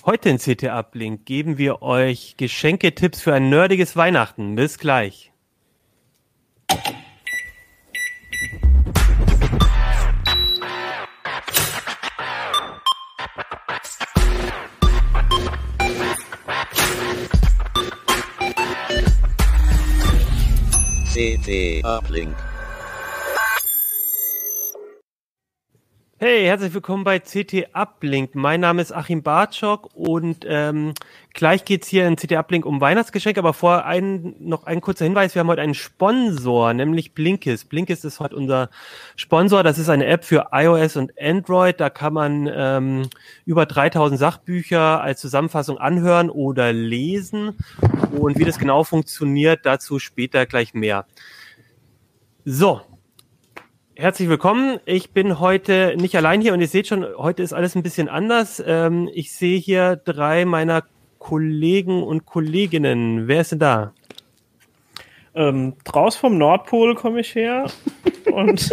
Heute in CT Uplink geben wir euch Geschenketipps für ein nerdiges Weihnachten. Bis gleich. CT Uplink. Hey, herzlich willkommen bei CT Uplink. Mein Name ist Achim Bartschok und gleich geht's hier in CT Uplink um Weihnachtsgeschenke, aber vorher noch ein kurzer Hinweis. Wir haben heute einen Sponsor, nämlich Blinkist. Blinkist ist heute unser Sponsor. Das ist eine App für iOS und Android. Da kann man über 3000 Sachbücher als Zusammenfassung anhören oder lesen. Und wie das genau funktioniert, dazu später gleich mehr. So. Herzlich willkommen. Ich bin heute nicht allein hier und ihr seht schon, heute ist alles ein bisschen anders. Ich sehe hier 3 meiner Kollegen und Kolleginnen. Wer ist denn da? Draus vom Nordpol komme ich her und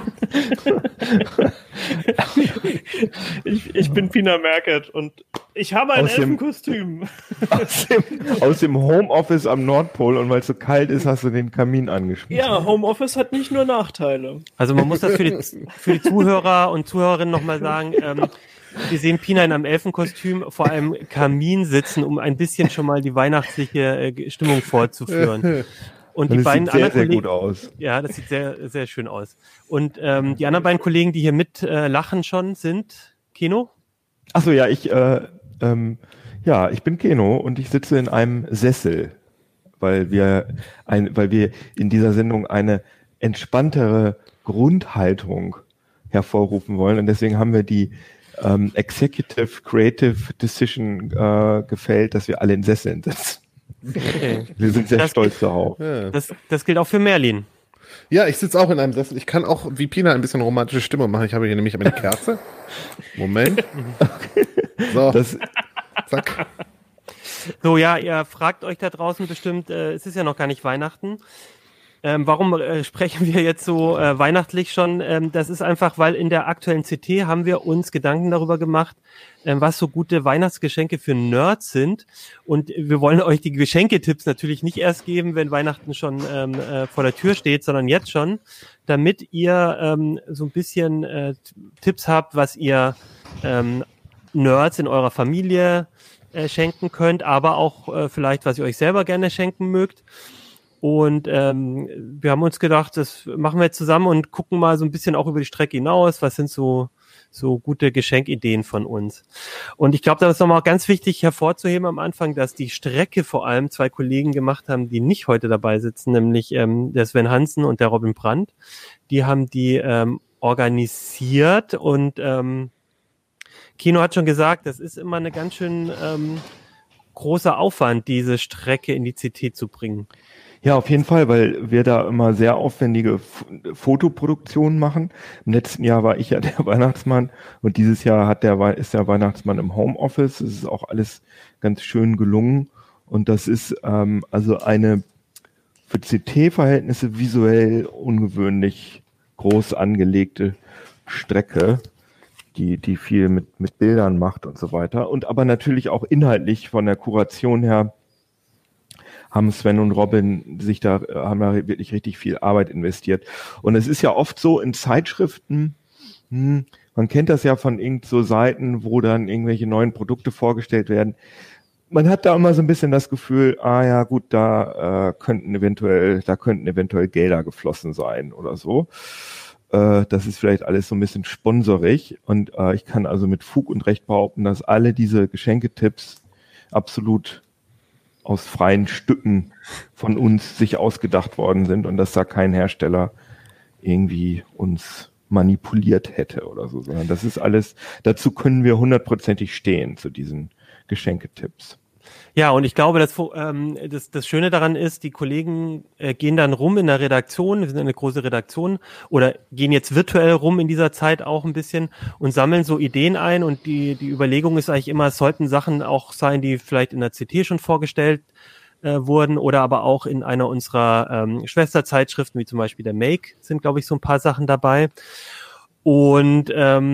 ich bin Pina Merkert und ich habe ein Elfenkostüm. Aus dem Homeoffice am Nordpol und weil es so kalt ist, hast du den Kamin angeschmissen. Ja, Homeoffice hat nicht nur Nachteile. Also man muss das für die Zuhörer und Zuhörerinnen nochmal sagen. Wir sehen Pina in einem Elfenkostüm vor einem Kamin sitzen, um ein bisschen schon mal die weihnachtliche Stimmung vorzuführen. Und die beiden sieht sehr, anderen sehr Kollegen, gut aus. Ja, das sieht sehr, sehr schön aus. Und die anderen beiden Kollegen, die hier mit lachen schon, sind Keno? Achso, ja, ich bin Keno und ich sitze in einem Sessel, weil wir in dieser Sendung eine entspanntere Grundhaltung hervorrufen wollen. Und deswegen haben wir die Executive Creative Decision gefällt, dass wir alle in Sesseln sitzen. Okay. Wir sind sehr stolz darauf. Ja. Das gilt auch für Merlin. Ja, ich sitze auch in einem Sessel. Ich kann auch wie Pina ein bisschen romantische Stimme machen. Ich habe hier nämlich eine Kerze. Moment. So, zack. So, ja, ihr fragt euch da draußen bestimmt, es ist ja noch gar nicht Weihnachten. Warum sprechen wir jetzt so weihnachtlich schon? Das ist einfach, weil in der aktuellen CT haben wir uns Gedanken darüber gemacht, was so gute Weihnachtsgeschenke für Nerds sind. Und wir wollen euch die Geschenketipps natürlich nicht erst geben, wenn Weihnachten schon vor der Tür steht, sondern jetzt schon, damit ihr so ein bisschen Tipps habt, was ihr Nerds in eurer Familie schenken könnt, aber auch vielleicht, was ihr euch selber gerne schenken mögt. Und wir haben uns gedacht, das machen wir jetzt zusammen und gucken mal so ein bisschen auch über die Strecke hinaus. Was sind so gute Geschenkideen von uns? Und ich glaube, da ist nochmal ganz wichtig hervorzuheben am Anfang, dass die Strecke vor allem 2 Kollegen gemacht haben, die nicht heute dabei sitzen, nämlich der Sven Hansen und der Robin Brandt. Die haben die organisiert und Kino hat schon gesagt, das ist immer eine ganz schön großer Aufwand, diese Strecke in die CT zu bringen. Ja, auf jeden Fall, weil wir da immer sehr aufwendige Fotoproduktionen machen. Im letzten Jahr war ich ja der Weihnachtsmann und dieses Jahr ist der Weihnachtsmann im Homeoffice. Es ist auch alles ganz schön gelungen und das ist also eine für CT-Verhältnisse visuell ungewöhnlich groß angelegte Strecke, die viel mit Bildern macht und so weiter. Und aber natürlich auch inhaltlich von der Kuration her haben Sven und Robin haben da wirklich richtig viel Arbeit investiert. Und es ist ja oft so in Zeitschriften, man kennt das ja von so Seiten, wo dann irgendwelche neuen Produkte vorgestellt werden. Man hat da immer so ein bisschen das Gefühl, ja gut, da könnten eventuell Gelder geflossen sein oder so. Das ist vielleicht alles so ein bisschen sponsorig. Und ich kann also mit Fug und Recht behaupten, dass alle diese Geschenketipps absolut aus freien Stücken von uns sich ausgedacht worden sind und dass da kein Hersteller irgendwie uns manipuliert hätte oder so, sondern das ist alles, dazu können wir 100% stehen, zu diesen Geschenketipps. Ja, und ich glaube, das Schöne daran ist, die Kollegen gehen dann rum in der Redaktion, wir sind eine große Redaktion, oder gehen jetzt virtuell rum in dieser Zeit auch ein bisschen und sammeln so Ideen ein und die Überlegung ist eigentlich immer, es sollten Sachen auch sein, die vielleicht in der CT schon vorgestellt wurden oder aber auch in einer unserer Schwesterzeitschriften, wie zum Beispiel der Make, sind, glaube ich, so ein paar Sachen dabei. Und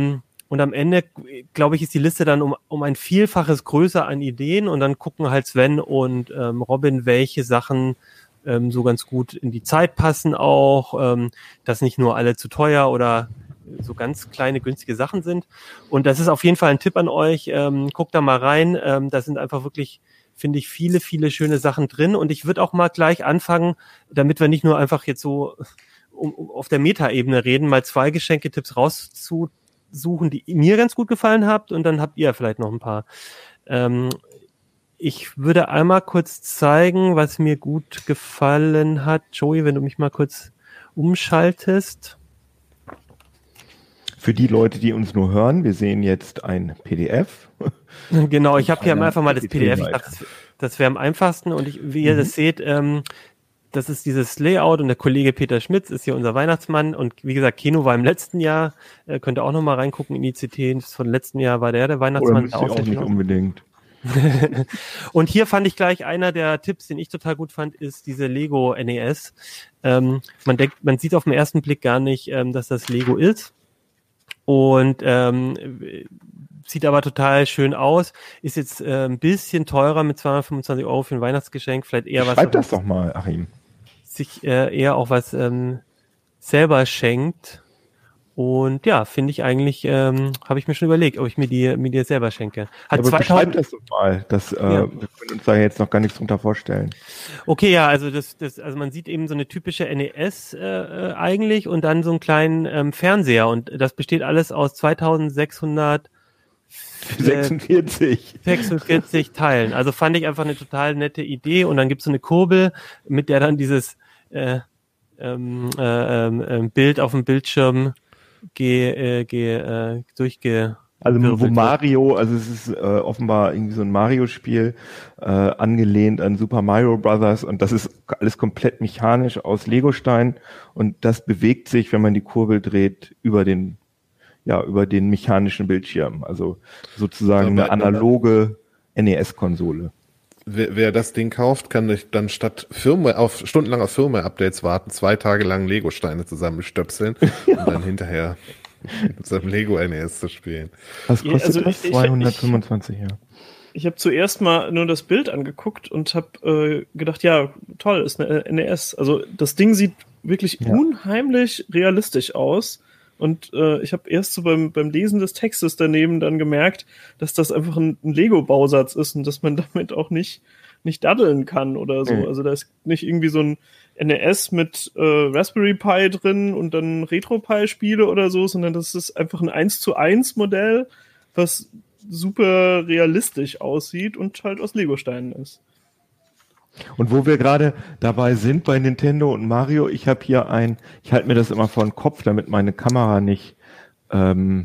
Und am Ende, glaube ich, ist die Liste dann um ein Vielfaches größer an Ideen und dann gucken halt Sven und Robin, welche Sachen so ganz gut in die Zeit passen auch, dass nicht nur alle zu teuer oder so ganz kleine, günstige Sachen sind. Und das ist auf jeden Fall ein Tipp an euch. Guckt da mal rein. Da sind einfach wirklich, finde ich, viele, viele schöne Sachen drin. Und ich würde auch mal gleich anfangen, damit wir nicht nur einfach jetzt so auf der Meta-Ebene reden, mal 2 Geschenketipps rauszusuchen, die mir ganz gut gefallen habt. Und dann habt ihr vielleicht noch ein paar. Ich würde einmal kurz zeigen, was mir gut gefallen hat. Joey, wenn du mich mal kurz umschaltest. Für die Leute, die uns nur hören, wir sehen jetzt ein PDF. Genau, ich habe hier einfach mal das PDF. Ich dachte, das wäre am einfachsten. Und wie ihr das seht, das ist dieses Layout und der Kollege Peter Schmitz ist hier unser Weihnachtsmann. Und wie gesagt, Keno war im letzten Jahr, könnt ihr auch nochmal reingucken in die CT. Von letzten Jahr war der Weihnachtsmann. Oder auch nicht unbedingt. Und hier fand ich gleich einer der Tipps, den ich total gut fand, ist diese Lego NES. Man sieht auf den ersten Blick gar nicht, dass das Lego ist. Und sieht aber total schön aus. Ist jetzt ein bisschen teurer mit 225 € für ein Weihnachtsgeschenk. Vielleicht eher was. Schreib das doch mal, Achim. Sich eher auch was selber schenkt. Und ja, finde ich eigentlich, habe ich mir schon überlegt, ob ich mir die selber schenke. Hat aber beschreib das doch mal. Wir können uns da jetzt noch gar nichts drunter vorstellen. Okay, ja, also also man sieht eben so eine typische NES eigentlich und dann so einen kleinen Fernseher und das besteht alles aus 2646 Teilen. Also fand ich einfach eine total nette Idee und dann gibt's so eine Kurbel, mit der dann dieses Bild auf dem Bildschirm also wo Mario, also es ist offenbar irgendwie so ein Mario-Spiel angelehnt an Super Mario Brothers und das ist alles komplett mechanisch aus Legostein und das bewegt sich, wenn man die Kurbel dreht, über den mechanischen Bildschirm. Also sozusagen eine analoge NES-Konsole. Wer das Ding kauft, kann dann statt stundenlanger Firmware-Updates warten, 2 Tage lang Lego-Steine zusammenstöpseln und dann hinterher mit seinem Lego NES zu spielen. Was kostet das? 225, ja. Ich habe zuerst mal nur das Bild angeguckt und habe gedacht, ja, toll, ist eine NES. Also das Ding sieht wirklich unheimlich realistisch aus. Und ich habe erst so beim Lesen des Textes daneben dann gemerkt, dass das einfach ein Lego-Bausatz ist und dass man damit auch nicht daddeln kann oder so. Also da ist nicht irgendwie so ein NES mit Raspberry Pi drin und dann Retro-Pi-Spiele oder so, sondern das ist einfach ein 1:1 Modell, was super realistisch aussieht und halt aus Lego-Steinen ist. Und wo wir gerade dabei sind bei Nintendo und Mario, ich habe hier ich halte mir das immer vor den Kopf, damit meine Kamera nicht immer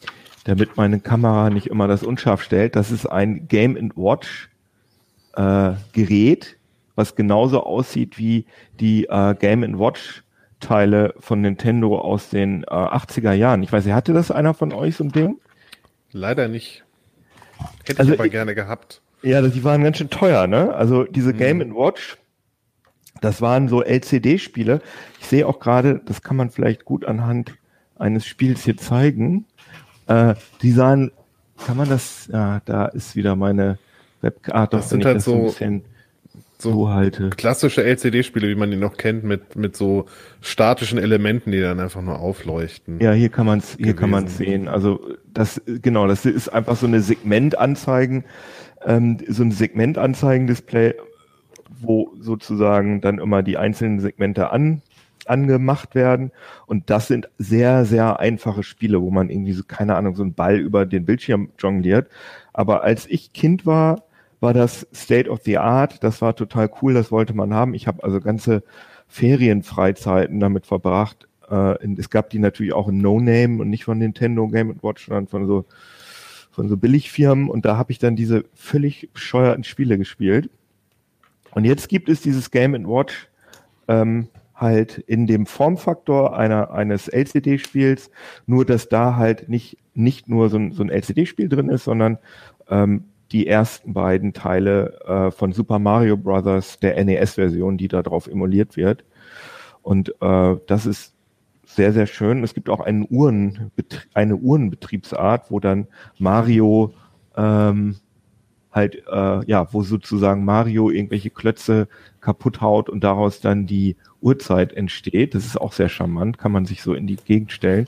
das unscharf stellt. Das ist ein Game & Watch Gerät, was genauso aussieht wie die Game & Watch Teile von Nintendo aus den 80er Jahren. Ich weiß nicht, hatte das einer von euch so ein Ding? Leider nicht. Hätte ich aber gerne gehabt. Ja, die waren ganz schön teuer, ne? Also diese Game & Watch, das waren so LCD-Spiele. Ich sehe auch gerade, das kann man vielleicht gut anhand eines Spiels hier zeigen. Die sahen, kann man das, da ist wieder meine Webkarte. Das sind halt so ein bisschen so halte. Klassische LCD-Spiele, wie man die noch kennt, mit so statischen Elementen, die dann einfach nur aufleuchten. Ja, hier kann man es sehen. Also das ist einfach so eine Segmentanzeigen, so ein Segmentanzeigen-Display, wo sozusagen dann immer die einzelnen Segmente angemacht werden. Und das sind sehr, sehr einfache Spiele, wo man irgendwie so, keine Ahnung, so einen Ball über den Bildschirm jongliert. Aber als ich Kind war das State of the Art. Das war total cool, das wollte man haben. Ich habe also ganze Ferienfreizeiten damit verbracht. Es gab die natürlich auch in No-Name und nicht von Nintendo Game & Watch, sondern von so Billigfirmen. Und da habe ich dann diese völlig bescheuerten Spiele gespielt. Und jetzt gibt es dieses Game & Watch halt in dem Formfaktor eines LCD-Spiels, nur dass da halt nicht nur so ein LCD-Spiel drin ist, sondern die ersten beiden Teile von Super Mario Brothers, der NES-Version, die da drauf emuliert wird. Und das ist sehr, sehr schön. Es gibt auch eine Uhrenbetriebsart, wo dann Mario wo sozusagen Mario irgendwelche Klötze kaputt haut und daraus dann die Uhrzeit entsteht. Das ist auch sehr charmant, kann man sich so in die Gegend stellen.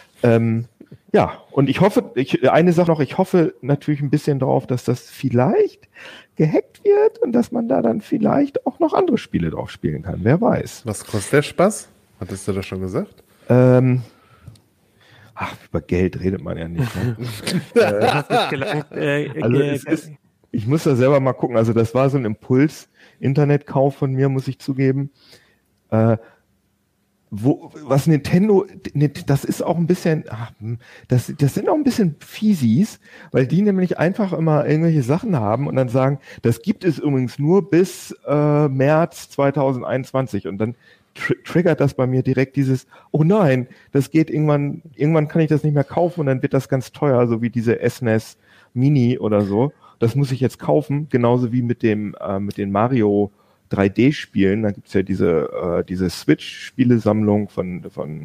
Und ich hoffe, eine Sache noch, ich hoffe natürlich ein bisschen darauf, dass das vielleicht gehackt wird und dass man da dann vielleicht auch noch andere Spiele drauf spielen kann. Wer weiß. Was kostet der Spaß? Hattest du das schon gesagt? Über Geld redet man ja nicht. Ne? Ich muss da selber mal gucken. Also das war so ein Impuls-Internetkauf von mir, muss ich zugeben. Was Nintendo, das ist auch ein bisschen, das sind auch ein bisschen Fiesis, weil die nämlich einfach immer irgendwelche Sachen haben und dann sagen, das gibt es übrigens nur bis März 2021 und dann triggert das bei mir direkt dieses, oh nein, das geht irgendwann kann ich das nicht mehr kaufen und dann wird das ganz teuer, so wie diese SNES Mini oder so. Das muss ich jetzt kaufen, genauso wie mit den Mario 3D-Spielen. Da gibt's ja diese Switch-Spielesammlung von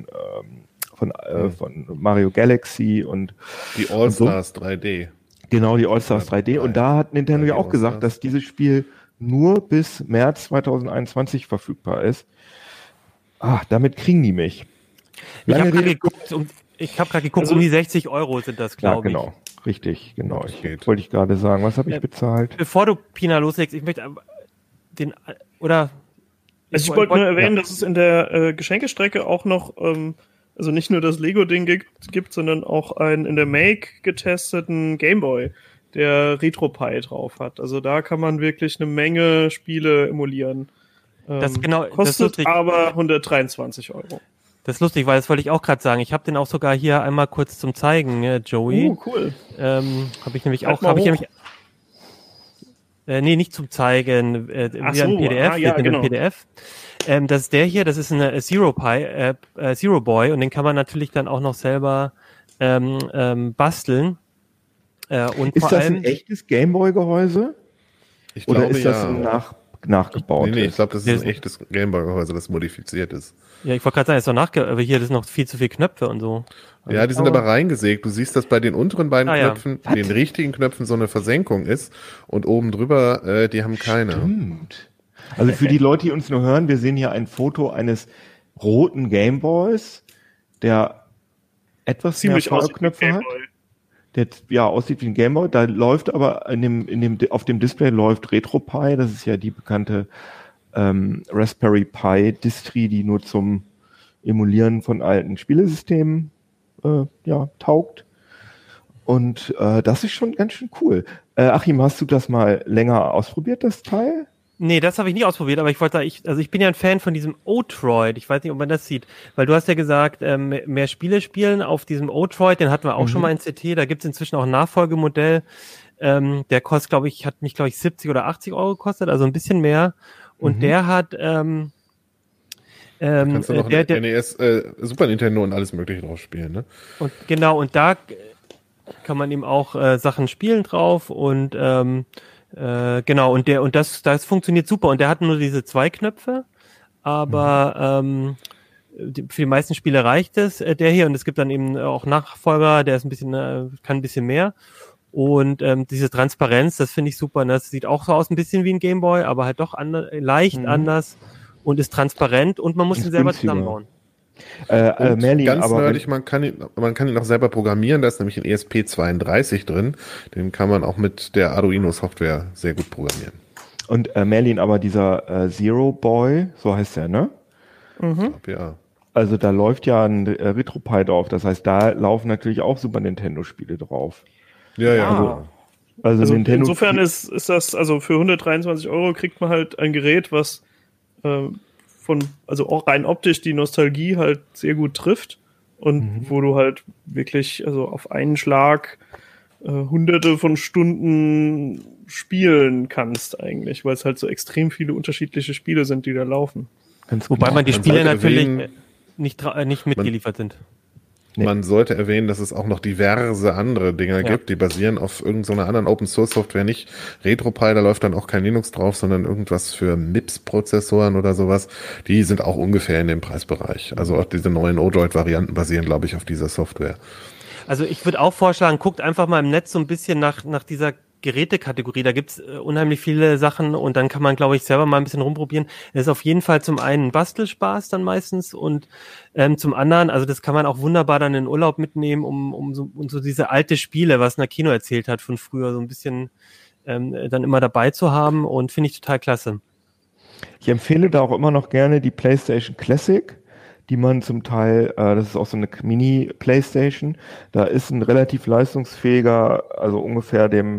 Mario Galaxy und die All-Stars so. 3D. Genau, die All-Stars 3D. Und da hat Nintendo ja auch gesagt, dass dieses Spiel nur bis März 2021 verfügbar ist. Damit kriegen die mich. Ich habe gerade geguckt, um die 60 € sind das, glaube ich. Ja, genau. Richtig, genau. Wollte ich gerade sagen. Was habe ich bezahlt? Bevor du, Pina, loslegst, ich möchte ich wollte nur erwähnen, dass es in der Geschenkestrecke auch noch, also nicht nur das Lego-Ding gibt, sondern auch einen in der Make getesteten Gameboy, der RetroPie drauf hat. Also da kann man wirklich eine Menge Spiele emulieren. Kostet aber 123 €. Das ist lustig, weil das wollte ich auch gerade sagen. Ich habe den auch sogar hier einmal kurz zum Zeigen, Joey. Cool. Habe ich nämlich nicht zum Zeigen, wieder ein PDF, genau. ein PDF. Das ist der hier, das ist eine Zero Boy und den kann man natürlich dann auch noch selber basteln. Und ist das ein echtes Gameboy-Gehäuse? Oder ist das ein nachgebaut? Nee, ich glaube, das ist ein echtes Gameboy-Gehäuse, das modifiziert ist. Ja, ich wollte gerade sagen, ist doch aber hier das sind noch viel zu viele Knöpfe und so. Also ja, die sind aber reingesägt. Du siehst, dass bei den unteren beiden Knöpfen, den richtigen Knöpfen, so eine Versenkung ist und oben drüber, die haben keine. Stimmt. Also für die Leute, die uns nur hören, wir sehen hier ein Foto eines roten Gameboys, der etwas ziemlich mehr Knöpfe hat. Der aussieht wie ein Gameboy. Da läuft aber auf dem Display läuft RetroPie. Das ist ja die bekannte Raspberry Pi Distri, die nur zum Emulieren von alten Spielesystemen taugt. Und das ist schon ganz schön cool. Achim, hast du das mal länger ausprobiert, das Teil? Nee, das habe ich nicht ausprobiert, aber ich bin ja ein Fan von diesem O-Troid. Ich weiß nicht, ob man das sieht, weil du hast ja gesagt, mehr Spiele spielen auf diesem O-Troid, den hatten wir auch schon mal in CT, da gibt's inzwischen auch ein Nachfolgemodell, der kostet, hat mich 70 oder 80 € gekostet, also ein bisschen mehr. Und der hat kannst du noch NES, Super Nintendo und alles mögliche drauf spielen, ne? Und genau, und da kann man eben auch Sachen spielen drauf und genau, und das funktioniert super. Und der hat nur diese 2 Knöpfe, aber für die meisten Spiele reicht es, der hier. Und es gibt dann eben auch Nachfolger, der ist kann ein bisschen mehr. Und diese Transparenz, das finde ich super. Und das sieht auch so aus, ein bisschen wie ein Gameboy, aber halt doch leicht anders und ist transparent und man muss ihn selber zusammenbauen. Merlin, ganz nerdig, man kann ihn auch selber programmieren, da ist nämlich ein ESP32 drin, den kann man auch mit der Arduino-Software sehr gut programmieren. Und Merlin, aber dieser Zero Boy, so heißt der, ne? Ja. Also da läuft ja ein RetroPie drauf, das heißt, da laufen natürlich auch Super Nintendo-Spiele drauf. Ja. Also Nintendo insofern ist das, also für 123 € kriegt man halt ein Gerät, was also auch rein optisch die Nostalgie halt sehr gut trifft und wo du halt wirklich, also auf einen Schlag hunderte von Stunden spielen kannst eigentlich, weil es halt so extrem viele unterschiedliche Spiele sind, die da laufen. Wobei man die Spiele natürlich nicht mitgeliefert sind. Man sollte erwähnen, dass es auch noch diverse andere Dinger gibt, die basieren auf irgendeiner anderen Open-Source-Software, nicht RetroPie, da läuft dann auch kein Linux drauf, sondern irgendwas für MIPS-Prozessoren oder sowas. Die sind auch ungefähr in dem Preisbereich. Also auch diese neuen Odroid-Varianten basieren, glaube ich, auf dieser Software. Also ich würde auch vorschlagen, guckt einfach mal im Netz so ein bisschen nach dieser Gerätekategorie. Da gibt's unheimlich viele Sachen und dann kann man, glaube ich, selber mal ein bisschen rumprobieren. Es ist auf jeden Fall zum einen Bastelspaß dann meistens und zum anderen, also das kann man auch wunderbar dann in Urlaub mitnehmen, um so diese alte Spiele, was Nakino erzählt hat von früher, so ein bisschen dann immer dabei zu haben und finde ich total klasse. Ich empfehle da auch immer noch gerne die PlayStation Classic, die man zum Teil, das ist auch so eine Mini-Playstation, da ist ein relativ leistungsfähiger, also ungefähr dem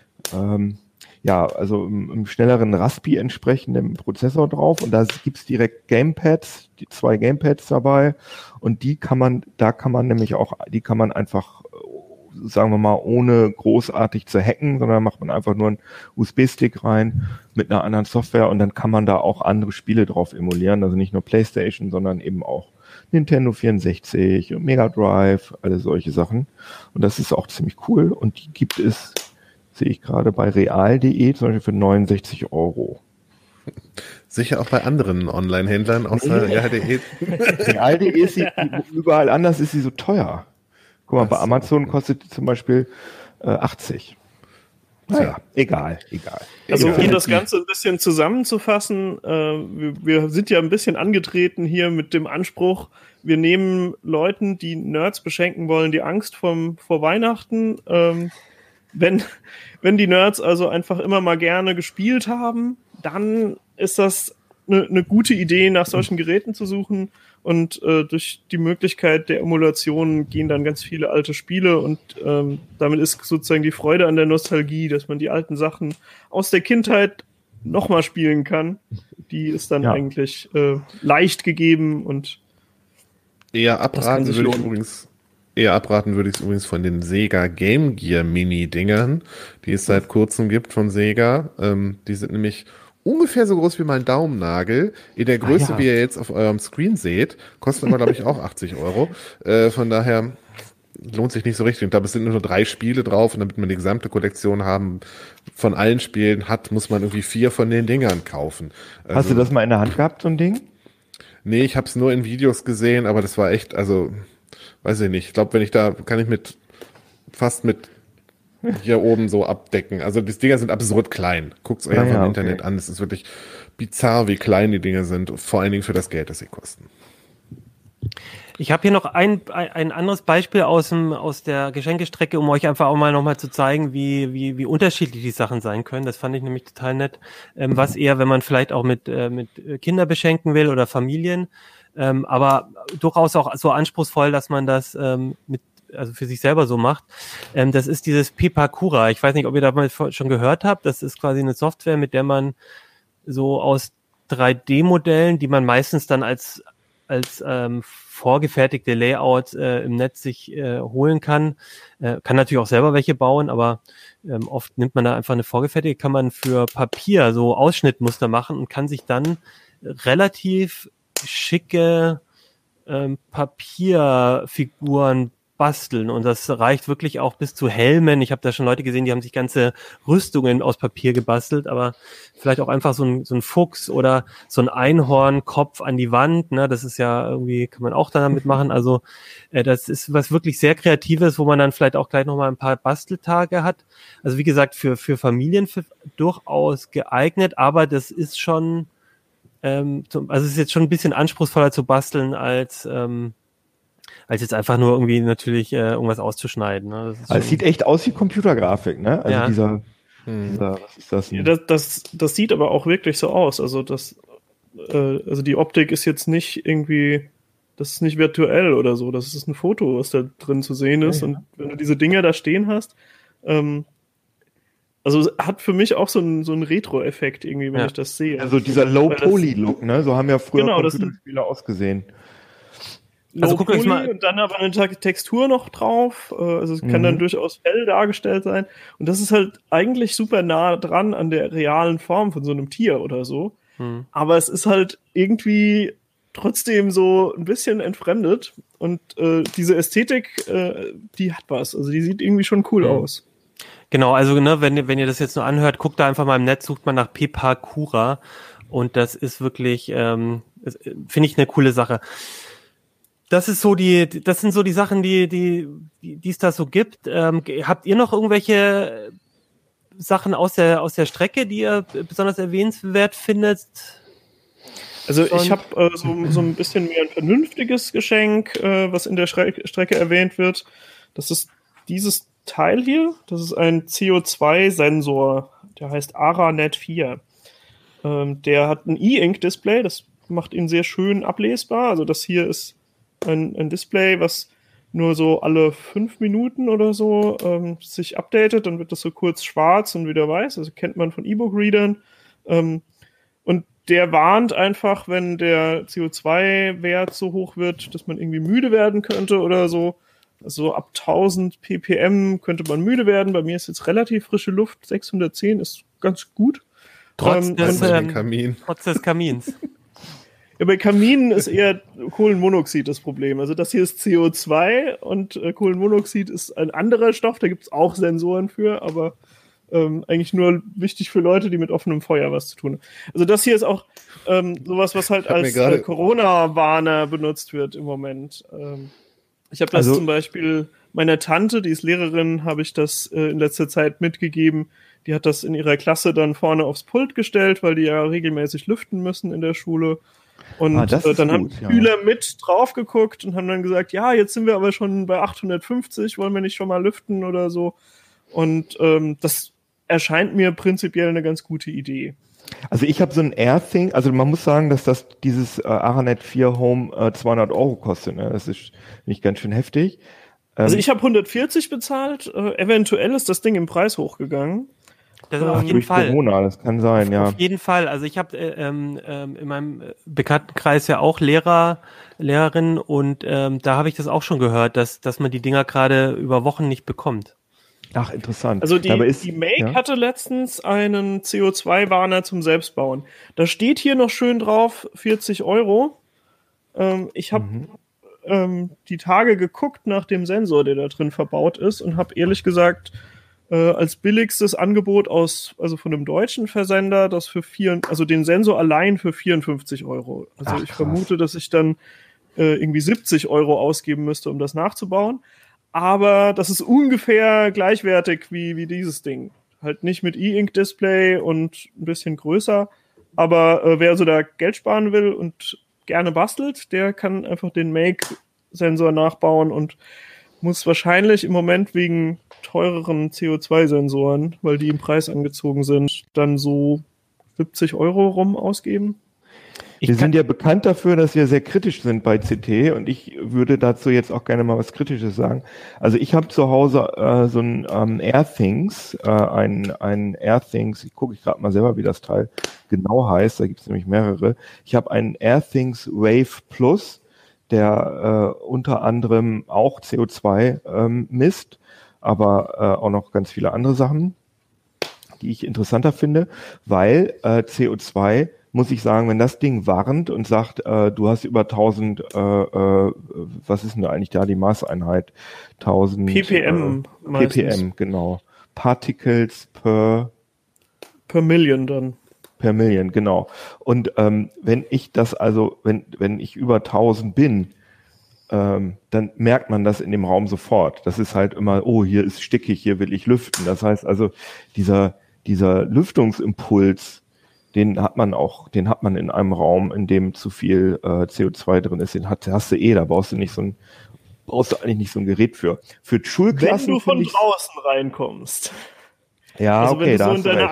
also im schnelleren Raspi entsprechenden Prozessor drauf und da gibt's direkt Gamepads, die 2 Gamepads dabei und die kann man einfach, sagen wir mal, ohne großartig zu hacken, sondern macht man einfach nur einen USB-Stick rein mit einer anderen Software und dann kann man da auch andere Spiele drauf emulieren, also nicht nur PlayStation, sondern eben auch Nintendo 64 und Mega Drive, alle solche Sachen und das ist auch ziemlich cool und die gibt es, sehe ich gerade bei real.de zum Beispiel für 69 €. Sicher auch bei anderen Online-Händlern außer real.de. Real.de ist sie, überall anders ist sie so teuer. Guck mal, bei Amazon kostet die zum Beispiel 80. Naja, egal. Also um das Ganze ein bisschen zusammenzufassen, wir sind ja ein bisschen angetreten hier mit dem Anspruch, wir nehmen Leuten, die Nerds beschenken wollen, die Angst vor Weihnachten. Wenn die Nerds also einfach immer mal gerne gespielt haben, dann ist das eine gute Idee, nach solchen Geräten zu suchen. Und durch die Möglichkeit der Emulation gehen dann ganz viele alte Spiele und damit ist sozusagen die Freude an der Nostalgie, dass man die alten Sachen aus der Kindheit nochmal spielen kann. Die ist dann eigentlich leicht gegeben und eher abraten würde ich es übrigens von den Sega Game Gear Mini-Dingern, die es seit kurzem gibt von Sega. Die sind nämlich ungefähr so groß wie mein Daumennagel. In der Größe, wie ihr jetzt auf eurem Screen seht, kostet aber, glaube ich, auch 80 €. Von daher lohnt sich nicht so richtig. Und da sind nur 3 Spiele drauf und damit man die gesamte Kollektion von allen Spielen hat, muss man irgendwie 4 von den Dingern kaufen. Also, hast du das mal in der Hand gehabt, so ein Ding? Nee, ich habe es nur in Videos gesehen, aber das war echt, also weiß ich nicht. Ich glaube, kann ich fast mit hier oben so abdecken. Also die Dinger sind absurd klein. Guckt's euch einfach im Internet an. Es ist wirklich bizarr, wie klein die Dinger sind. Vor allen Dingen für das Geld, das sie kosten. Ich habe hier noch ein anderes Beispiel aus der Geschenkestrecke, um euch einfach auch mal nochmal zu zeigen, wie unterschiedlich die Sachen sein können. Das fand ich nämlich total nett. Was eher, wenn man vielleicht auch mit Kinder beschenken will oder Familien. Aber durchaus auch so anspruchsvoll, dass man das also für sich selber so macht. Das ist dieses Pepakura. Ich weiß nicht, ob ihr da mal schon gehört habt. Das ist quasi eine Software, mit der man so aus 3D-Modellen, die man meistens dann als vorgefertigte Layouts im Netz sich holen kann. Kann natürlich auch selber welche bauen, aber oft nimmt man da einfach eine vorgefertigte, kann man für Papier so Ausschnittmuster machen und kann sich dann relativ schicke Papierfiguren basteln und das reicht wirklich auch bis zu Helmen. Ich habe da schon Leute gesehen, die haben sich ganze Rüstungen aus Papier gebastelt, aber vielleicht auch einfach so ein Fuchs oder so ein Einhornkopf an die Wand, ne? Das ist ja irgendwie, kann man auch damit machen. Also das ist was wirklich sehr Kreatives, wo man dann vielleicht auch gleich nochmal ein paar Basteltage hat. Also wie gesagt, für Familien durchaus geeignet, aber das ist schon also es ist jetzt schon ein bisschen anspruchsvoller zu basteln als jetzt einfach nur irgendwie natürlich irgendwas auszuschneiden. Ne? Das ist also es sieht echt aus wie Computergrafik, ne? Also dieser was ist das denn? Das sieht aber auch wirklich so aus. Also also die Optik ist jetzt nicht irgendwie, das ist nicht virtuell oder so. Das ist ein Foto, was da drin zu sehen ist. Ja. Und wenn du diese Dinger da stehen hast, also hat für mich auch so einen Retro-Effekt irgendwie, wenn ich das sehe. Also dieser Low-Poly-Look, ne? So haben ja früher Computerspiele ausgesehen. Also guckt euch mal. Und dann aber eine Textur noch drauf. Also es kann dann durchaus hell dargestellt sein. Und das ist halt eigentlich super nah dran an der realen Form von so einem Tier oder so. Aber es ist halt irgendwie trotzdem so ein bisschen entfremdet. Und diese Ästhetik, die hat was. Also die sieht irgendwie schon cool aus. Genau, also ne, wenn ihr das jetzt nur anhört, guckt da einfach mal im Netz, sucht mal nach Pepa Cura und das ist wirklich, finde ich eine coole Sache. Das sind so die Sachen, die es da so gibt. Habt ihr noch irgendwelche Sachen aus der Strecke, die ihr besonders erwähnenswert findet? Also ich habe so ein bisschen mehr ein vernünftiges Geschenk, was in der Strecke erwähnt wird. Das ist dieses Teil hier. Das ist ein CO2-Sensor. Der heißt Aranet 4. Der hat ein E-Ink-Display. Das macht ihn sehr schön ablesbar. Also das hier ist ein Display, was nur so alle 5 Minuten oder so sich updatet. Dann wird das so kurz schwarz und wieder weiß. Also kennt man von E-Book-Readern. Und der warnt einfach, wenn der CO2-Wert so hoch wird, dass man irgendwie müde werden könnte oder so. Also ab 1000 ppm könnte man müde werden. Bei mir ist jetzt relativ frische Luft. 610 ist ganz gut. Trotz des Kamins. Ja, bei Kaminen ist eher Kohlenmonoxid das Problem. Also das hier ist CO2 und Kohlenmonoxid ist ein anderer Stoff. Da gibt es auch Sensoren für, aber eigentlich nur wichtig für Leute, die mit offenem Feuer was zu tun haben. Also das hier ist auch sowas, was halt als Corona-Warner benutzt wird im Moment. Ich habe das zum Beispiel meiner Tante, die ist Lehrerin, habe ich das in letzter Zeit mitgegeben. Die hat das in ihrer Klasse dann vorne aufs Pult gestellt, weil die ja regelmäßig lüften müssen in der Schule. Und dann haben die Schüler mit drauf geguckt und haben dann gesagt, ja, jetzt sind wir aber schon bei 850, wollen wir nicht schon mal lüften oder so. Und das erscheint mir prinzipiell eine ganz gute Idee. Also ich habe so ein Airthing, also man muss sagen, dass dieses Aranet 4 Home 200 € kostet. Ne? Das ist nicht ganz schön heftig. Also ich habe 140 bezahlt. Eventuell ist das Ding im Preis hochgegangen. Das auf jeden Fall. Corona, das kann sein, ja. Auf jeden Fall. Also ich habe in meinem Bekanntenkreis ja auch Lehrerinnen und da habe ich das auch schon gehört, dass man die Dinger gerade über Wochen nicht bekommt. Ach, interessant. Also die Make hatte letztens einen CO2-Warner zum Selbstbauen. Da steht hier noch schön drauf, 40 €. Ich habe die Tage geguckt nach dem Sensor, der da drin verbaut ist und habe ehrlich gesagt als billigstes Angebot von einem deutschen Versender, das also den Sensor allein für 54 €. Also ich vermute, dass ich dann irgendwie 70 € ausgeben müsste, um das nachzubauen. Aber das ist ungefähr gleichwertig wie dieses Ding. Halt nicht mit E-Ink-Display und ein bisschen größer. Aber wer so da Geld sparen will und gerne bastelt, der kann einfach den Make-Sensor nachbauen und muss wahrscheinlich im Moment wegen teureren CO2-Sensoren, weil die im Preis angezogen sind, dann so 70 € rum ausgeben. Wir sind ja bekannt dafür, dass wir sehr kritisch sind bei CT und ich würde dazu jetzt auch gerne mal was Kritisches sagen. Also ich habe zu Hause so ein Airthings, ein Airthings, ich gucke gerade mal selber, wie das Teil genau heißt, da gibt es nämlich mehrere. Ich habe einen Airthings Wave Plus, der unter anderem auch CO2 misst, aber auch noch ganz viele andere Sachen, die ich interessanter finde, weil CO2 muss ich sagen, wenn das Ding warnt und sagt, du hast über 1000, was ist denn da eigentlich da die Maßeinheit? 1000 ppm. ppm, genau. Particles per Million dann. Per Million, genau. Und wenn ich das wenn ich über 1000 bin, dann merkt man das in dem Raum sofort. Das ist halt immer, oh, hier ist stickig, hier will ich lüften. Das heißt also, dieser Lüftungsimpuls, den hat man in einem Raum, in dem zu viel CO2 drin ist, hast du da brauchst du eigentlich nicht so ein Gerät für. Für Schulklassen. Wenn du von draußen reinkommst. Ja, also okay, wenn du so in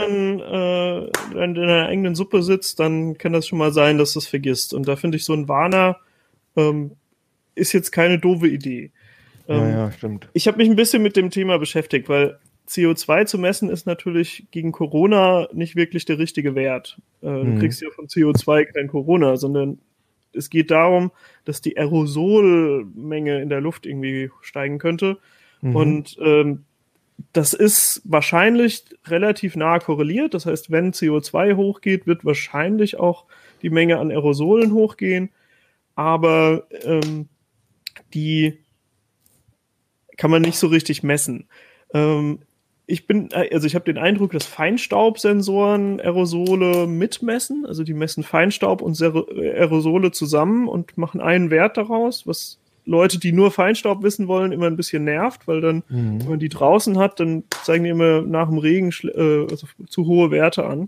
deiner eigenen Suppe sitzt, dann kann das schon mal sein, dass du es vergisst. Und da finde ich so ein Warner ist jetzt keine doofe Idee. Ja, stimmt. Ich habe mich ein bisschen mit dem Thema beschäftigt, weil CO2 zu messen ist natürlich gegen Corona nicht wirklich der richtige Wert. Du kriegst ja von CO2 kein Corona, sondern es geht darum, dass die Aerosolmenge in der Luft irgendwie steigen könnte. Und das ist wahrscheinlich relativ nah korreliert. Das heißt, wenn CO2 hochgeht, wird wahrscheinlich auch die Menge an Aerosolen hochgehen, aber die kann man nicht so richtig messen. Ich habe den Eindruck, dass Feinstaubsensoren Aerosole mitmessen, also die messen Feinstaub und Aerosole zusammen und machen einen Wert daraus, was Leute, die nur Feinstaub wissen wollen, immer ein bisschen nervt, weil dann, wenn man die draußen hat, dann zeigen die immer nach dem Regen also zu hohe Werte an.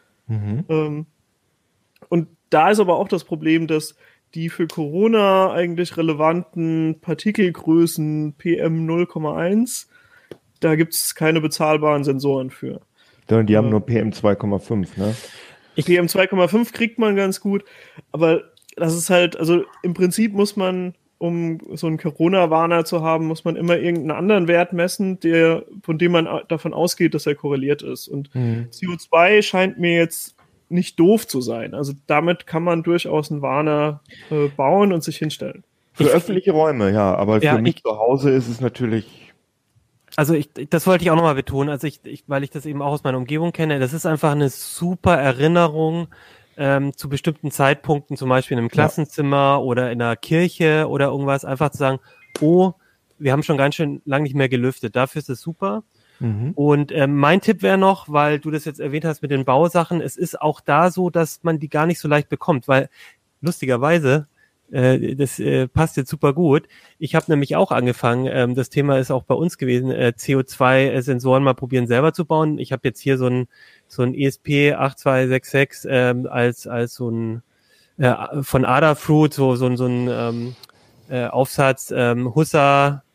Und da ist aber auch das Problem, dass die für Corona eigentlich relevanten Partikelgrößen PM 0,1, da gibt es keine bezahlbaren Sensoren für. Die haben nur PM 2,5, ne? PM 2,5 kriegt man ganz gut, aber das ist halt, also im Prinzip muss man, um so einen Corona-Warner zu haben, muss man immer irgendeinen anderen Wert messen, von dem man davon ausgeht, dass er korreliert ist. Und CO2 scheint mir jetzt nicht doof zu sein. Also damit kann man durchaus einen Warner bauen und sich hinstellen. Für öffentliche Räume, ja, aber für mich zu Hause ist es natürlich... Also das wollte ich auch nochmal betonen, also weil ich das eben auch aus meiner Umgebung kenne, das ist einfach eine super Erinnerung zu bestimmten Zeitpunkten, zum Beispiel in einem Klassenzimmer oder in einer Kirche oder irgendwas, einfach zu sagen, oh, wir haben schon ganz schön lange nicht mehr gelüftet, dafür ist es super. Und mein Tipp wäre noch, weil du das jetzt erwähnt hast mit den Bausachen, es ist auch da so, dass man die gar nicht so leicht bekommt, weil lustigerweise, das passt jetzt super gut. Ich habe nämlich auch angefangen, das Thema ist auch bei uns gewesen, CO2-Sensoren mal probieren selber zu bauen. Ich habe jetzt hier so ein ESP8266 als so ein von Adafruit, so ein Aufsatz Hussa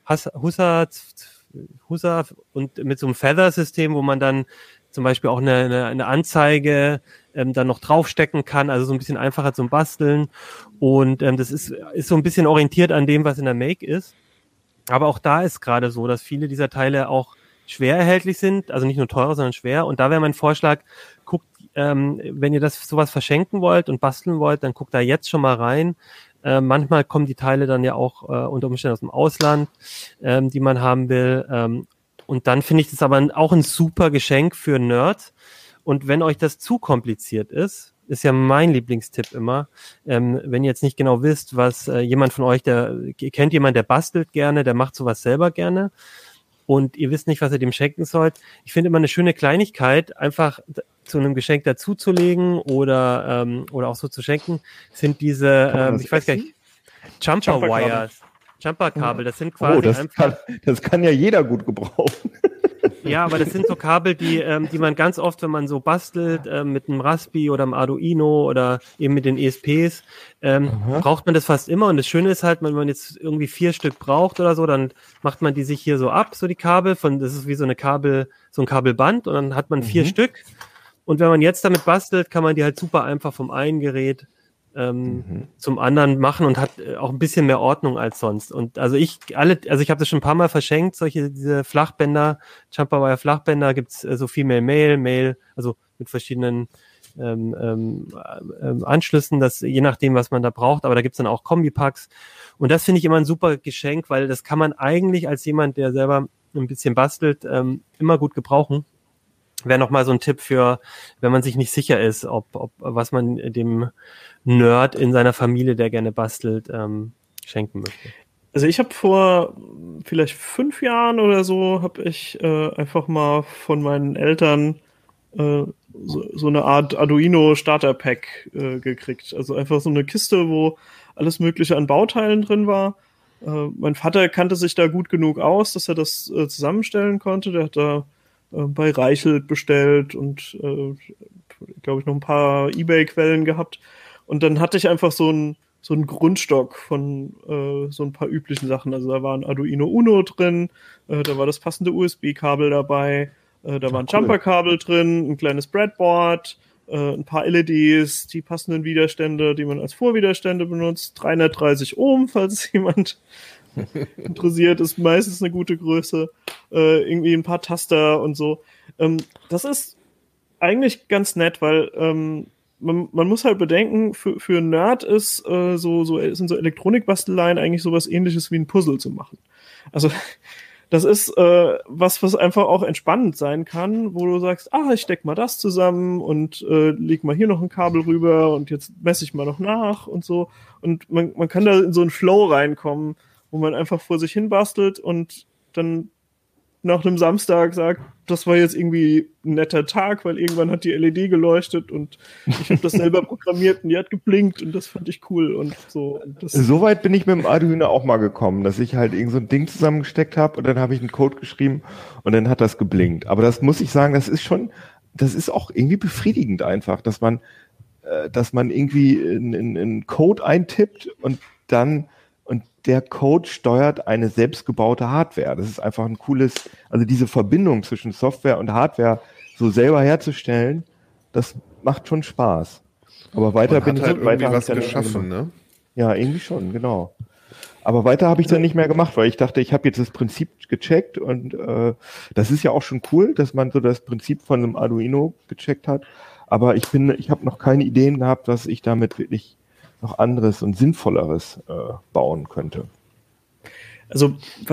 und mit so einem Feather-System, wo man dann zum Beispiel auch eine Anzeige dann noch draufstecken kann, also so ein bisschen einfacher zum Basteln. Und das ist so ein bisschen orientiert an dem, was in der Make ist. Aber auch da ist gerade so, dass viele dieser Teile auch schwer erhältlich sind, also nicht nur teurer, sondern schwer. Und da wäre mein Vorschlag, guckt, wenn ihr sowas verschenken wollt und basteln wollt, dann guckt da jetzt schon mal rein. Manchmal kommen die Teile dann ja auch unter Umständen aus dem Ausland, die man haben will. Und dann finde ich das aber auch ein super Geschenk für Nerds. Und wenn euch das zu kompliziert ist ja mein Lieblingstipp immer, wenn ihr jetzt nicht genau wisst, was jemand von euch, ihr kennt jemanden, der bastelt gerne, der macht sowas selber gerne und ihr wisst nicht, was ihr dem schenken sollt. Ich finde immer eine schöne Kleinigkeit, einfach zu einem Geschenk dazuzulegen oder auch so zu schenken, sind diese, ich weiß gar nicht, Jumper-Wires. Jumper-Kabel, das sind quasi das kann ja jeder gut gebrauchen. Ja, aber das sind so Kabel, die man ganz oft, wenn man so bastelt, mit einem Raspi oder einem Arduino oder eben mit den ESPs, braucht man das fast immer. Und das Schöne ist halt, wenn man jetzt irgendwie 4 Stück braucht oder so, dann macht man die sich hier so ab, so die Kabel, das ist wie so ein Kabelband und dann hat man 4 Stück. Und wenn man jetzt damit bastelt, kann man die halt super einfach vom einen Gerät zum anderen machen und hat auch ein bisschen mehr Ordnung als sonst. Und also ich habe das schon ein paar Mal verschenkt, diese Flachbänder, Jumperwire Flachbänder, gibt's so Female Male, also mit verschiedenen Anschlüssen, das je nachdem, was man da braucht, aber da gibt's dann auch Kombipacks. Und das finde ich immer ein super Geschenk, weil das kann man eigentlich als jemand, der selber ein bisschen bastelt, immer gut gebrauchen. Wäre nochmal so ein Tipp für, wenn man sich nicht sicher ist, ob was man dem Nerd in seiner Familie, der gerne bastelt, schenken möchte. Also ich habe vor vielleicht 5 Jahren oder so, habe ich einfach mal von meinen Eltern so eine Art Arduino Starter Pack gekriegt. Also einfach so eine Kiste, wo alles Mögliche an Bauteilen drin war. Mein Vater kannte sich da gut genug aus, dass er das zusammenstellen konnte. Der hat da bei Reichelt bestellt und glaube ich noch ein paar eBay-Quellen gehabt. Und dann hatte ich einfach so einen Grundstock von so ein paar üblichen Sachen. Also da war ein Arduino Uno drin, da war das passende USB-Kabel dabei, da war ein Jumper-Kabel drin, ein kleines Breadboard, ein paar LEDs, die passenden Widerstände, die man als Vorwiderstände benutzt, 330 Ohm, falls jemand interessiert, ist meistens eine gute Größe, irgendwie ein paar Taster und so. Das ist eigentlich ganz nett, weil man muss halt bedenken, für einen Nerd ist sind so Elektronikbasteleien eigentlich sowas Ähnliches wie ein Puzzle zu machen. Also das ist was einfach auch entspannend sein kann, wo du sagst, ich steck mal das zusammen und leg mal hier noch ein Kabel rüber und jetzt messe ich mal noch nach und so. Und man kann da in so einen Flow reinkommen, wo man einfach vor sich hin bastelt und dann nach einem Samstag sagt, das war jetzt irgendwie ein netter Tag, weil irgendwann hat die LED geleuchtet und ich habe das selber programmiert und die hat geblinkt und das fand ich cool und so. Soweit bin ich mit dem Arduino auch mal gekommen, dass ich halt irgend so ein Ding zusammengesteckt habe und dann habe ich einen Code geschrieben und dann hat das geblinkt. Aber das muss ich sagen, das ist auch irgendwie befriedigend einfach, dass man irgendwie einen Code eintippt und der Code steuert eine selbstgebaute Hardware. Das ist einfach ein cooles, also diese Verbindung zwischen Software und Hardware so selber herzustellen, das macht schon Spaß. Aber weiter bin ich halt weiter was geschaffen, ne? Ja, irgendwie schon, genau. Aber weiter habe ich dann nicht mehr gemacht, weil ich dachte, ich habe jetzt das Prinzip gecheckt und das ist ja auch schon cool, dass man so das Prinzip von einem Arduino gecheckt hat. Aber ich habe noch keine Ideen gehabt, was ich damit wirklich noch anderes und Sinnvolleres bauen könnte. Also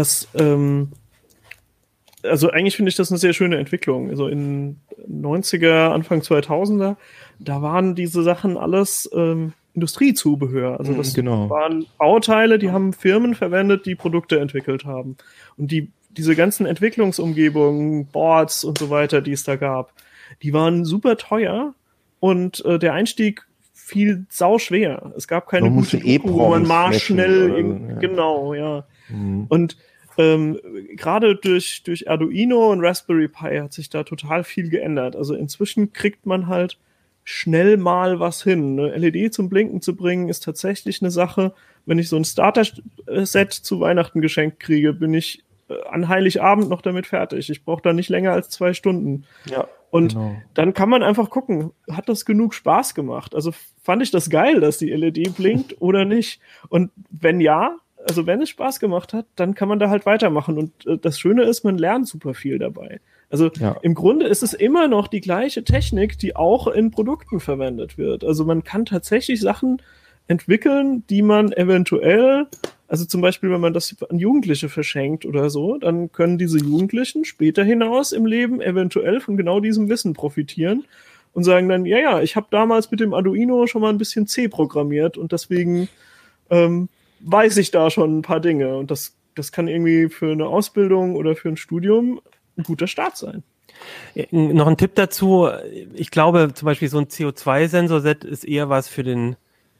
also eigentlich finde ich das eine sehr schöne Entwicklung. Also in 90er, Anfang 2000er, da waren diese Sachen alles Industriezubehör. Also das waren Bauteile, die haben Firmen verwendet, die Produkte entwickelt haben. Und diese ganzen Entwicklungsumgebungen, Boards und so weiter, die es da gab, die waren super teuer und der Einstieg viel sauschwer. Es gab keine gute Doku, wo man mal schnell genau, ja. Mhm. Und gerade durch Arduino und Raspberry Pi hat sich da total viel geändert. Also inzwischen kriegt man halt schnell mal was hin. Eine LED zum Blinken zu bringen, ist tatsächlich eine Sache. Wenn ich so ein Starter-Set zu Weihnachten geschenkt kriege, bin ich an Heiligabend noch damit fertig. Ich brauche da nicht länger als 2 Stunden. Ja. Und dann kann man einfach gucken, hat das genug Spaß gemacht? Also fand ich das geil, dass die LED blinkt oder nicht? Und wenn ja, also wenn es Spaß gemacht hat, dann kann man da halt weitermachen. Und das Schöne ist, man lernt super viel dabei. Also im Grunde ist es immer noch die gleiche Technik, die auch in Produkten verwendet wird. Also man kann tatsächlich Sachen entwickeln, die man eventuell, also zum Beispiel, wenn man das an Jugendliche verschenkt oder so, dann können diese Jugendlichen später hinaus im Leben eventuell von genau diesem Wissen profitieren und sagen dann, ja, ich habe damals mit dem Arduino schon mal ein bisschen C programmiert und deswegen weiß ich da schon ein paar Dinge. Und das kann irgendwie für eine Ausbildung oder für ein Studium ein guter Start sein. Noch ein Tipp dazu. Ich glaube, zum Beispiel so ein CO2-Sensorset ist eher was für den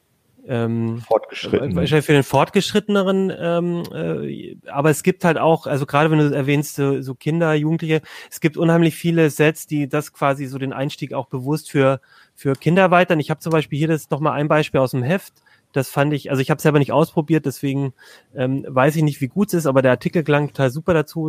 Fortgeschritteneren, aber es gibt halt auch, also gerade wenn du erwähnst, so Kinder, Jugendliche, es gibt unheimlich viele Sets, die das quasi so den Einstieg auch bewusst für Kinder erweitern. Ich habe zum Beispiel hier das nochmal ein Beispiel aus dem Heft. Das fand ich, also ich habe es selber nicht ausprobiert, deswegen weiß ich nicht, wie gut es ist, aber der Artikel klang total super dazu.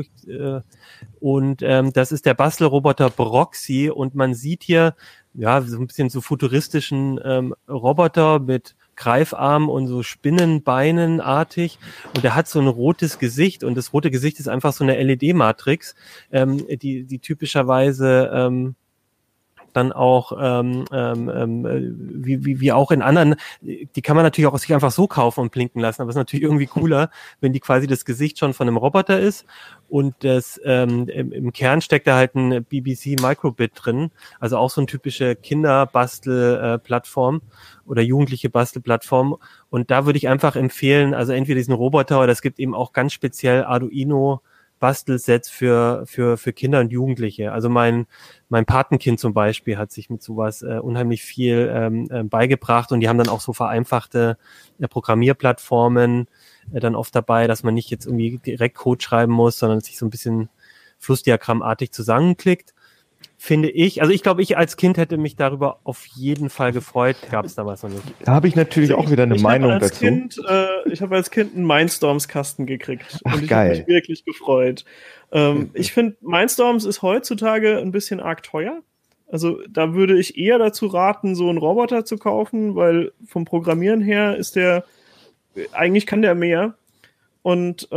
Das ist der Bastelroboter Broxy und man sieht hier ja so ein bisschen so futuristischen Roboter mit Greifarm und so Spinnenbeinenartig und der hat so ein rotes Gesicht und das rote Gesicht ist einfach so eine LED-Matrix, die typischerweise dann auch wie auch in anderen, die kann man natürlich auch sich einfach so kaufen und blinken lassen, aber es ist natürlich irgendwie cooler, wenn die quasi das Gesicht schon von einem Roboter ist und das im Kern steckt da halt ein BBC Microbit drin, also auch so eine typische Kinderbastelplattform oder jugendliche Bastelplattform und da würde ich einfach empfehlen, also entweder diesen Roboter oder es gibt eben auch ganz speziell Arduino Bastelsets für Kinder und Jugendliche. Also mein Patenkind zum Beispiel hat sich mit sowas unheimlich viel beigebracht und die haben dann auch so vereinfachte Programmierplattformen dann oft dabei, dass man nicht jetzt irgendwie direkt Code schreiben muss, sondern sich so ein bisschen flussdiagrammartig zusammenklickt. Finde ich, also ich glaube, ich als Kind hätte mich darüber auf jeden Fall gefreut, gab es damals noch nicht. Da habe ich natürlich auch wieder eine Meinung dazu. Ich habe als Kind einen Mindstorms-Kasten gekriegt. Ach, und ich geil. habe mich wirklich gefreut. Ich finde, Mindstorms ist heutzutage ein bisschen arg teuer. Also da würde ich eher dazu raten, so einen Roboter zu kaufen, weil vom Programmieren her ist eigentlich kann der mehr. Und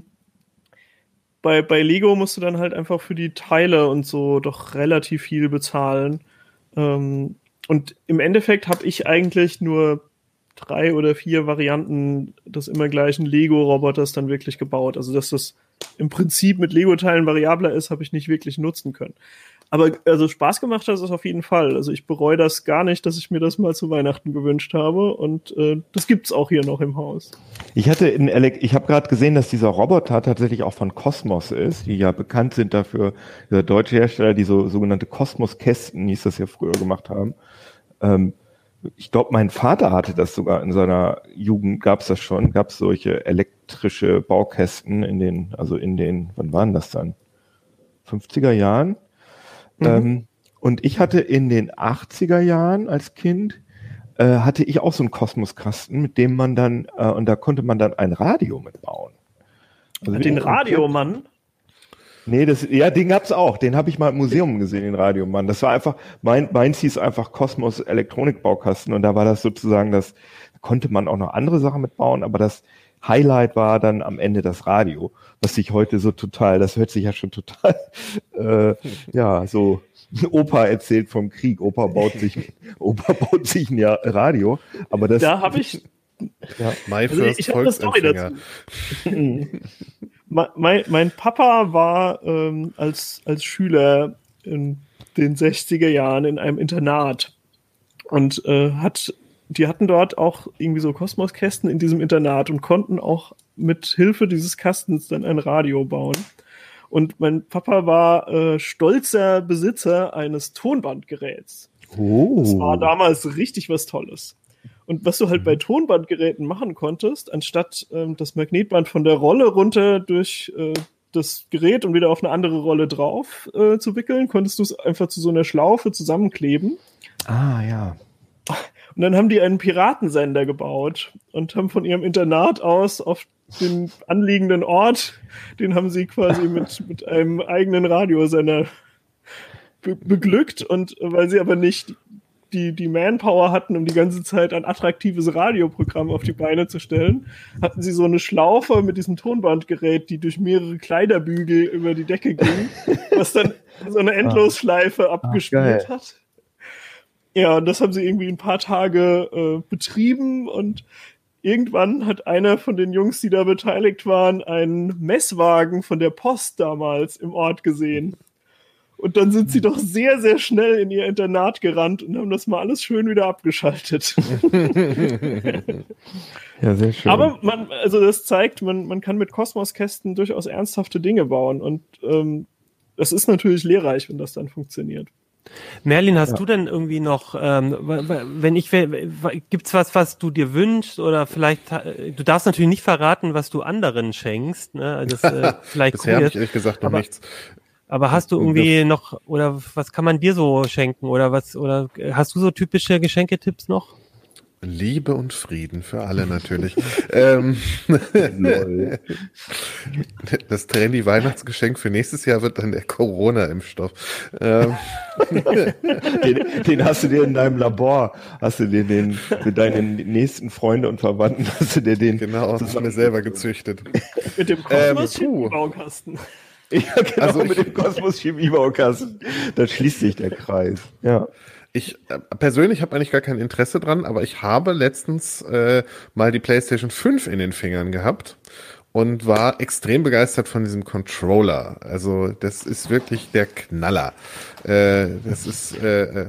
bei Lego musst du dann halt einfach für die Teile und so doch relativ viel bezahlen. Und im Endeffekt habe ich eigentlich nur 3 oder 4 Varianten des immer gleichen Lego-Roboters dann wirklich gebaut. Also dass das im Prinzip mit Lego-Teilen variabler ist, habe ich nicht wirklich nutzen können. Aber also Spaß gemacht hat es auf jeden Fall. Also ich bereue das gar nicht, dass ich mir das mal zu Weihnachten gewünscht habe. Und das gibt's auch hier noch im Haus. Ich habe gerade gesehen, dass dieser Roboter tatsächlich auch von Cosmos ist, die ja bekannt sind dafür, der deutsche Hersteller, die sogenannte Cosmos-Kästen, hieß das ja früher, gemacht haben. Ich glaube, mein Vater hatte das sogar in seiner Jugend, gab es solche elektrische Baukästen in den, wann waren das dann? 50er Jahren? Und ich hatte in den 80er Jahren als Kind, hatte ich auch so einen Kosmoskasten, mit dem man dann, und da konnte man dann ein Radio mitbauen. Also den Radiomann? Nee, den gab's auch. Den habe ich mal im Museum gesehen, den Radiomann. Das war einfach, meins hieß einfach Kosmos Elektronikbaukasten und da war das sozusagen, da konnte man auch noch andere Sachen mitbauen, aber das Highlight war dann am Ende das Radio, was sich heute so total, das hört sich ja schon total, so Opa erzählt vom Krieg, Opa baut sich ein Radio, aber das... Da habe ich... Ja. Ich habe eine Story dazu. Mein Papa war als Schüler in den 60er Jahren in einem Internat und die hatten dort auch irgendwie so Kosmoskästen in diesem Internat und konnten auch mit Hilfe dieses Kastens dann ein Radio bauen. Und mein Papa war stolzer Besitzer eines Tonbandgeräts. Oh. Das war damals richtig was Tolles. Und was du halt bei Tonbandgeräten machen konntest, anstatt das Magnetband von der Rolle runter durch das Gerät und wieder auf eine andere Rolle drauf zu wickeln, konntest du es einfach zu so einer Schlaufe zusammenkleben. Ah, ja. Und dann haben die einen Piratensender gebaut und haben von ihrem Internat aus auf den anliegenden Ort, den haben sie quasi mit einem eigenen Radiosender beglückt. Und weil sie aber nicht die Manpower hatten, um die ganze Zeit ein attraktives Radioprogramm auf die Beine zu stellen, hatten sie so eine Schlaufe mit diesem Tonbandgerät, die durch mehrere Kleiderbügel über die Decke ging, was dann so eine Endlosschleife abgespielt hat. Ja, und das haben sie irgendwie ein paar Tage betrieben und irgendwann hat einer von den Jungs, die da beteiligt waren, einen Messwagen von der Post damals im Ort gesehen. Und dann sind sie doch sehr, sehr schnell in ihr Internat gerannt und haben das mal alles schön wieder abgeschaltet. Ja, sehr schön. Aber das zeigt, man kann mit Kosmoskästen durchaus ernsthafte Dinge bauen und das ist natürlich lehrreich, wenn das dann funktioniert. Merlin, hast du denn irgendwie noch, gibt's was du dir wünschst oder vielleicht, du darfst natürlich nicht verraten, was du anderen schenkst, ne? Das, vielleicht bisher habe ich ehrlich gesagt noch nichts. Aber hast du irgendwie noch, oder was kann man dir so schenken oder hast du so typische Geschenketipps noch? Liebe und Frieden für alle natürlich. Das trendy Weihnachtsgeschenk für nächstes Jahr wird dann der Corona-Impfstoff. Den hast du dir in deinem Labor, hast du dir den für deine nächsten Freunde und Verwandten, hast du dir den... Genau, das haben wir selber gezüchtet. Mit dem Kosmos-Chemiebaukasten. Ja, genau, also mit dem Kosmos-Chemiebaukasten. Da schließt sich der Kreis, ja. Ich persönlich habe eigentlich gar kein Interesse dran, aber ich habe letztens mal die PlayStation 5 in den Fingern gehabt und war extrem begeistert von diesem Controller. Also das ist wirklich der Knaller. Das ist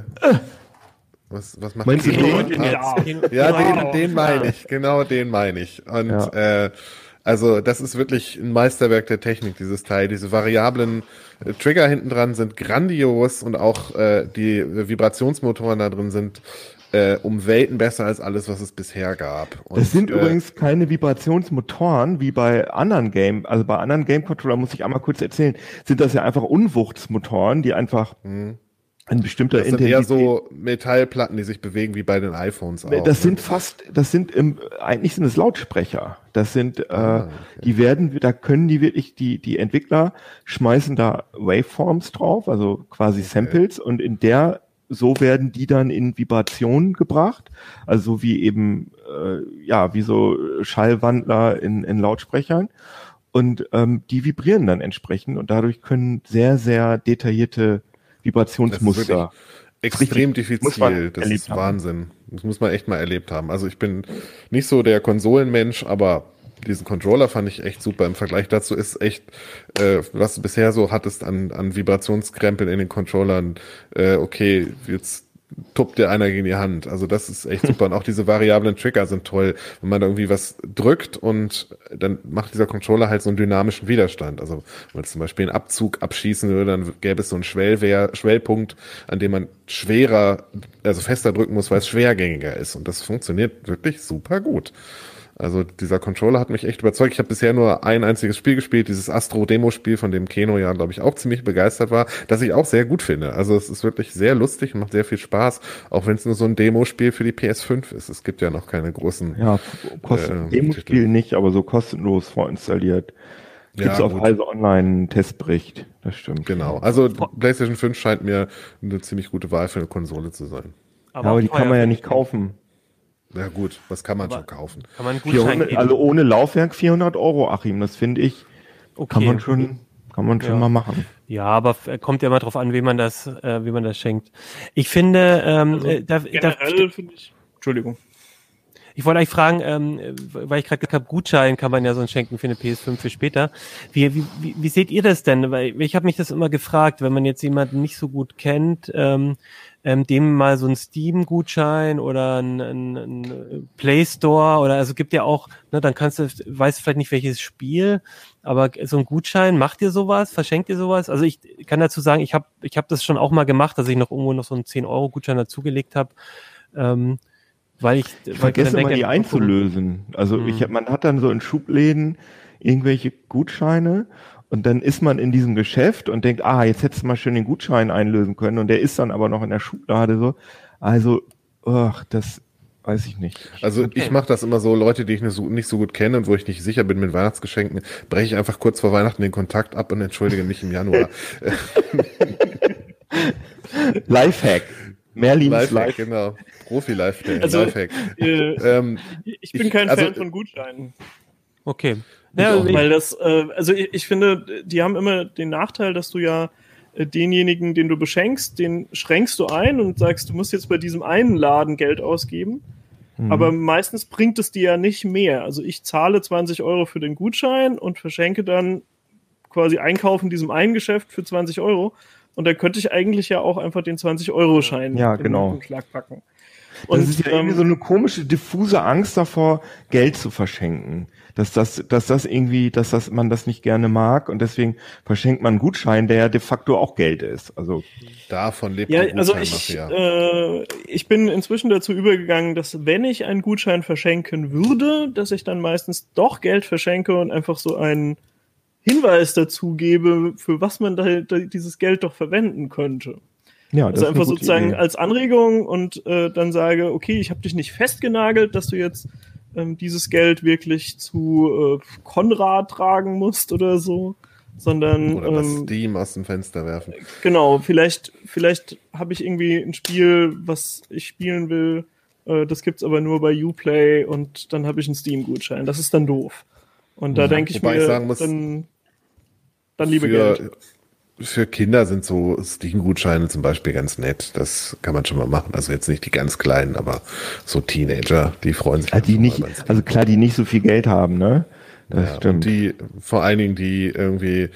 was macht Meinst du den meine ich. Genau, den meine ich. Und also das ist wirklich ein Meisterwerk der Technik, dieses Teil. Diese variablen Trigger hinten dran sind grandios und auch die Vibrationsmotoren da drin sind um Welten besser als alles, was es bisher gab. Und, das sind übrigens keine Vibrationsmotoren wie bei anderen bei anderen Game-Controller, muss ich einmal kurz erzählen, sind das ja einfach Unwuchtsmotoren, die einfach ein bestimmter Intensität. Das sind eher so Metallplatten, die sich bewegen wie bei den iPhones auch. Eigentlich sind es Lautsprecher. Das sind, da können die wirklich, die Entwickler schmeißen da Waveforms drauf, also quasi Samples und so werden die dann in Vibrationen gebracht, also wie eben, wie so Schallwandler in Lautsprechern und die vibrieren dann entsprechend und dadurch können sehr, sehr detaillierte Vibrationsmuster extrem diffizil. Das ist Wahnsinn. Das muss man echt mal erlebt haben. Also ich bin nicht so der Konsolenmensch, aber diesen Controller fand ich echt super. Im Vergleich dazu ist echt, was du bisher so hattest an Vibrationskrempeln in den Controllern, okay, jetzt tuppt dir einer gegen die Hand. Also das ist echt super. Und auch diese variablen Trigger sind toll, wenn man da irgendwie was drückt und dann macht dieser Controller halt so einen dynamischen Widerstand. Also wenn man zum Beispiel einen Abzug abschießen würde, dann gäbe es so einen Schwellpunkt, an dem man fester drücken muss, weil es schwergängiger ist. Und das funktioniert wirklich super gut. Also dieser Controller hat mich echt überzeugt. Ich habe bisher nur ein einziges Spiel gespielt, dieses Astro-Demo-Spiel, von dem Keno ja, glaube ich, auch ziemlich begeistert war, das ich auch sehr gut finde. Also es ist wirklich sehr lustig und macht sehr viel Spaß, auch wenn es nur so ein Demospiel für die PS5 ist. Es gibt ja noch keine großen... Ja, Demospiel nicht, aber so kostenlos vorinstalliert. Gibt's auf Heise Online einen Testbericht, das stimmt. Genau, also PlayStation 5 scheint mir eine ziemlich gute Wahl für eine Konsole zu sein. Aber die kann man ja nicht kaufen. Ja gut, was kann man schon kaufen? Kann man einen Gutschein geben? Also ohne Laufwerk 400 €, Achim, das finde ich, kann man schon mal machen. Ja, aber kommt ja mal drauf an, wie man das schenkt. Ich finde, generell finde ich, Entschuldigung. Ich wollte eigentlich fragen, weil ich gerade gesagt habe, Gutschein kann man ja sonst schenken für eine PS5 für später. Wie seht ihr das denn? Weil ich habe mich das immer gefragt, wenn man jetzt jemanden nicht so gut kennt, dem mal so einen Steam-Gutschein oder ein Play Store oder also gibt ja auch, ne, dann weißt du vielleicht nicht welches Spiel, aber so ein Gutschein, macht ihr sowas? Verschenkt ihr sowas? Also ich kann dazu sagen, ich hab das schon auch mal gemacht, dass ich noch irgendwo noch so einen 10-€ Gutschein dazugelegt habe. Weil ich vergesse immer die einzulösen. Also man hat dann so in Schubläden irgendwelche Gutscheine und dann ist man in diesem Geschäft und denkt, jetzt hättest du mal schön den Gutschein einlösen können und der ist dann aber noch in der Schublade so. Also, das weiß ich nicht. Also ich mache das immer so, Leute, die ich nicht so gut kenne und wo ich nicht sicher bin mit Weihnachtsgeschenken, breche ich einfach kurz vor Weihnachten den Kontakt ab und entschuldige mich im Januar. Lifehack. Merlins Lifehack, genau. Profi-Lifehack. Also, Lifehack. Ich bin kein Fan von Gutscheinen. Okay. Ja, weil ich finde, die haben immer den Nachteil, dass du ja denjenigen, den du beschenkst, den schränkst du ein und sagst, du musst jetzt bei diesem einen Laden Geld ausgeben. Aber meistens bringt es dir ja nicht mehr. Also ich zahle 20 € für den Gutschein und verschenke dann quasi Einkauf in diesem einen Geschäft für 20 €. Und dann könnte ich eigentlich ja auch einfach den 20-€-Schein in den Umschlag packen. Und das ist ja irgendwie so eine komische, diffuse Angst davor, Geld zu verschenken. Dass man das nicht gerne mag und deswegen verschenkt man einen Gutschein, der ja de facto auch Geld ist. Also davon lebt die Gutscheinmafia. Ich bin inzwischen dazu übergegangen, dass wenn ich einen Gutschein verschenken würde, dass ich dann meistens doch Geld verschenke und einfach so einen Hinweis dazu gebe, für was man dieses Geld doch verwenden könnte. Ja, also einfach sozusagen als Anregung und dann sage, okay, ich habe dich nicht festgenagelt, dass du jetzt dieses Geld wirklich zu Konrad tragen musst oder so, sondern oder das Steam aus dem Fenster werfen. Genau, vielleicht habe ich irgendwie ein Spiel, was ich spielen will, das gibt's aber nur bei Uplay und dann habe ich einen Steam-Gutschein. Das ist dann doof. Und da denke ich mir, sagen muss, dann lieber Geld. Für Kinder sind so Steam-Gutscheine zum Beispiel ganz nett. Das kann man schon mal machen. Also jetzt nicht die ganz Kleinen, aber so Teenager, die freuen sich. Die nicht so viel Geld haben, ne? Das stimmt. Und vor allen Dingen, die irgendwie,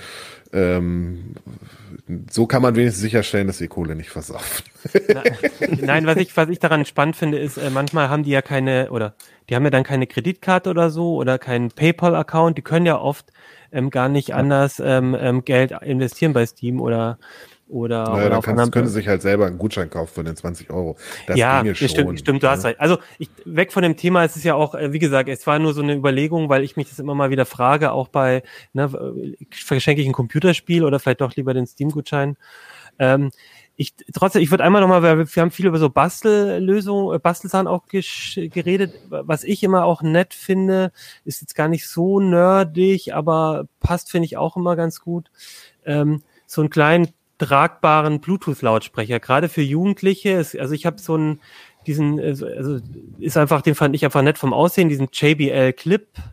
so kann man wenigstens sicherstellen, dass die Kohle nicht versaufen. Nein, was ich daran spannend finde, ist, manchmal haben die ja die haben ja dann keine Kreditkarte oder so oder keinen PayPal-Account. Die können ja oft gar nicht anders Geld investieren bei Steam oder können sie sich halt selber einen Gutschein kaufen für den 20 €. Das ginge schon. Stimmt, du hast recht. Also weg von dem Thema, es ist ja auch, wie gesagt, es war nur so eine Überlegung, weil ich mich das immer mal wieder frage, auch bei, verschenke ich ein Computerspiel oder vielleicht doch lieber den Steam-Gutschein. Ich würde einmal nochmal, weil wir haben viel über so Bastelsachen auch geredet. Was ich immer auch nett finde, ist jetzt gar nicht so nerdig, aber passt, finde ich, auch immer ganz gut. So einen kleinen tragbaren Bluetooth-Lautsprecher, gerade für Jugendliche. Also ich habe den fand ich einfach nett vom Aussehen, diesen JBL Clip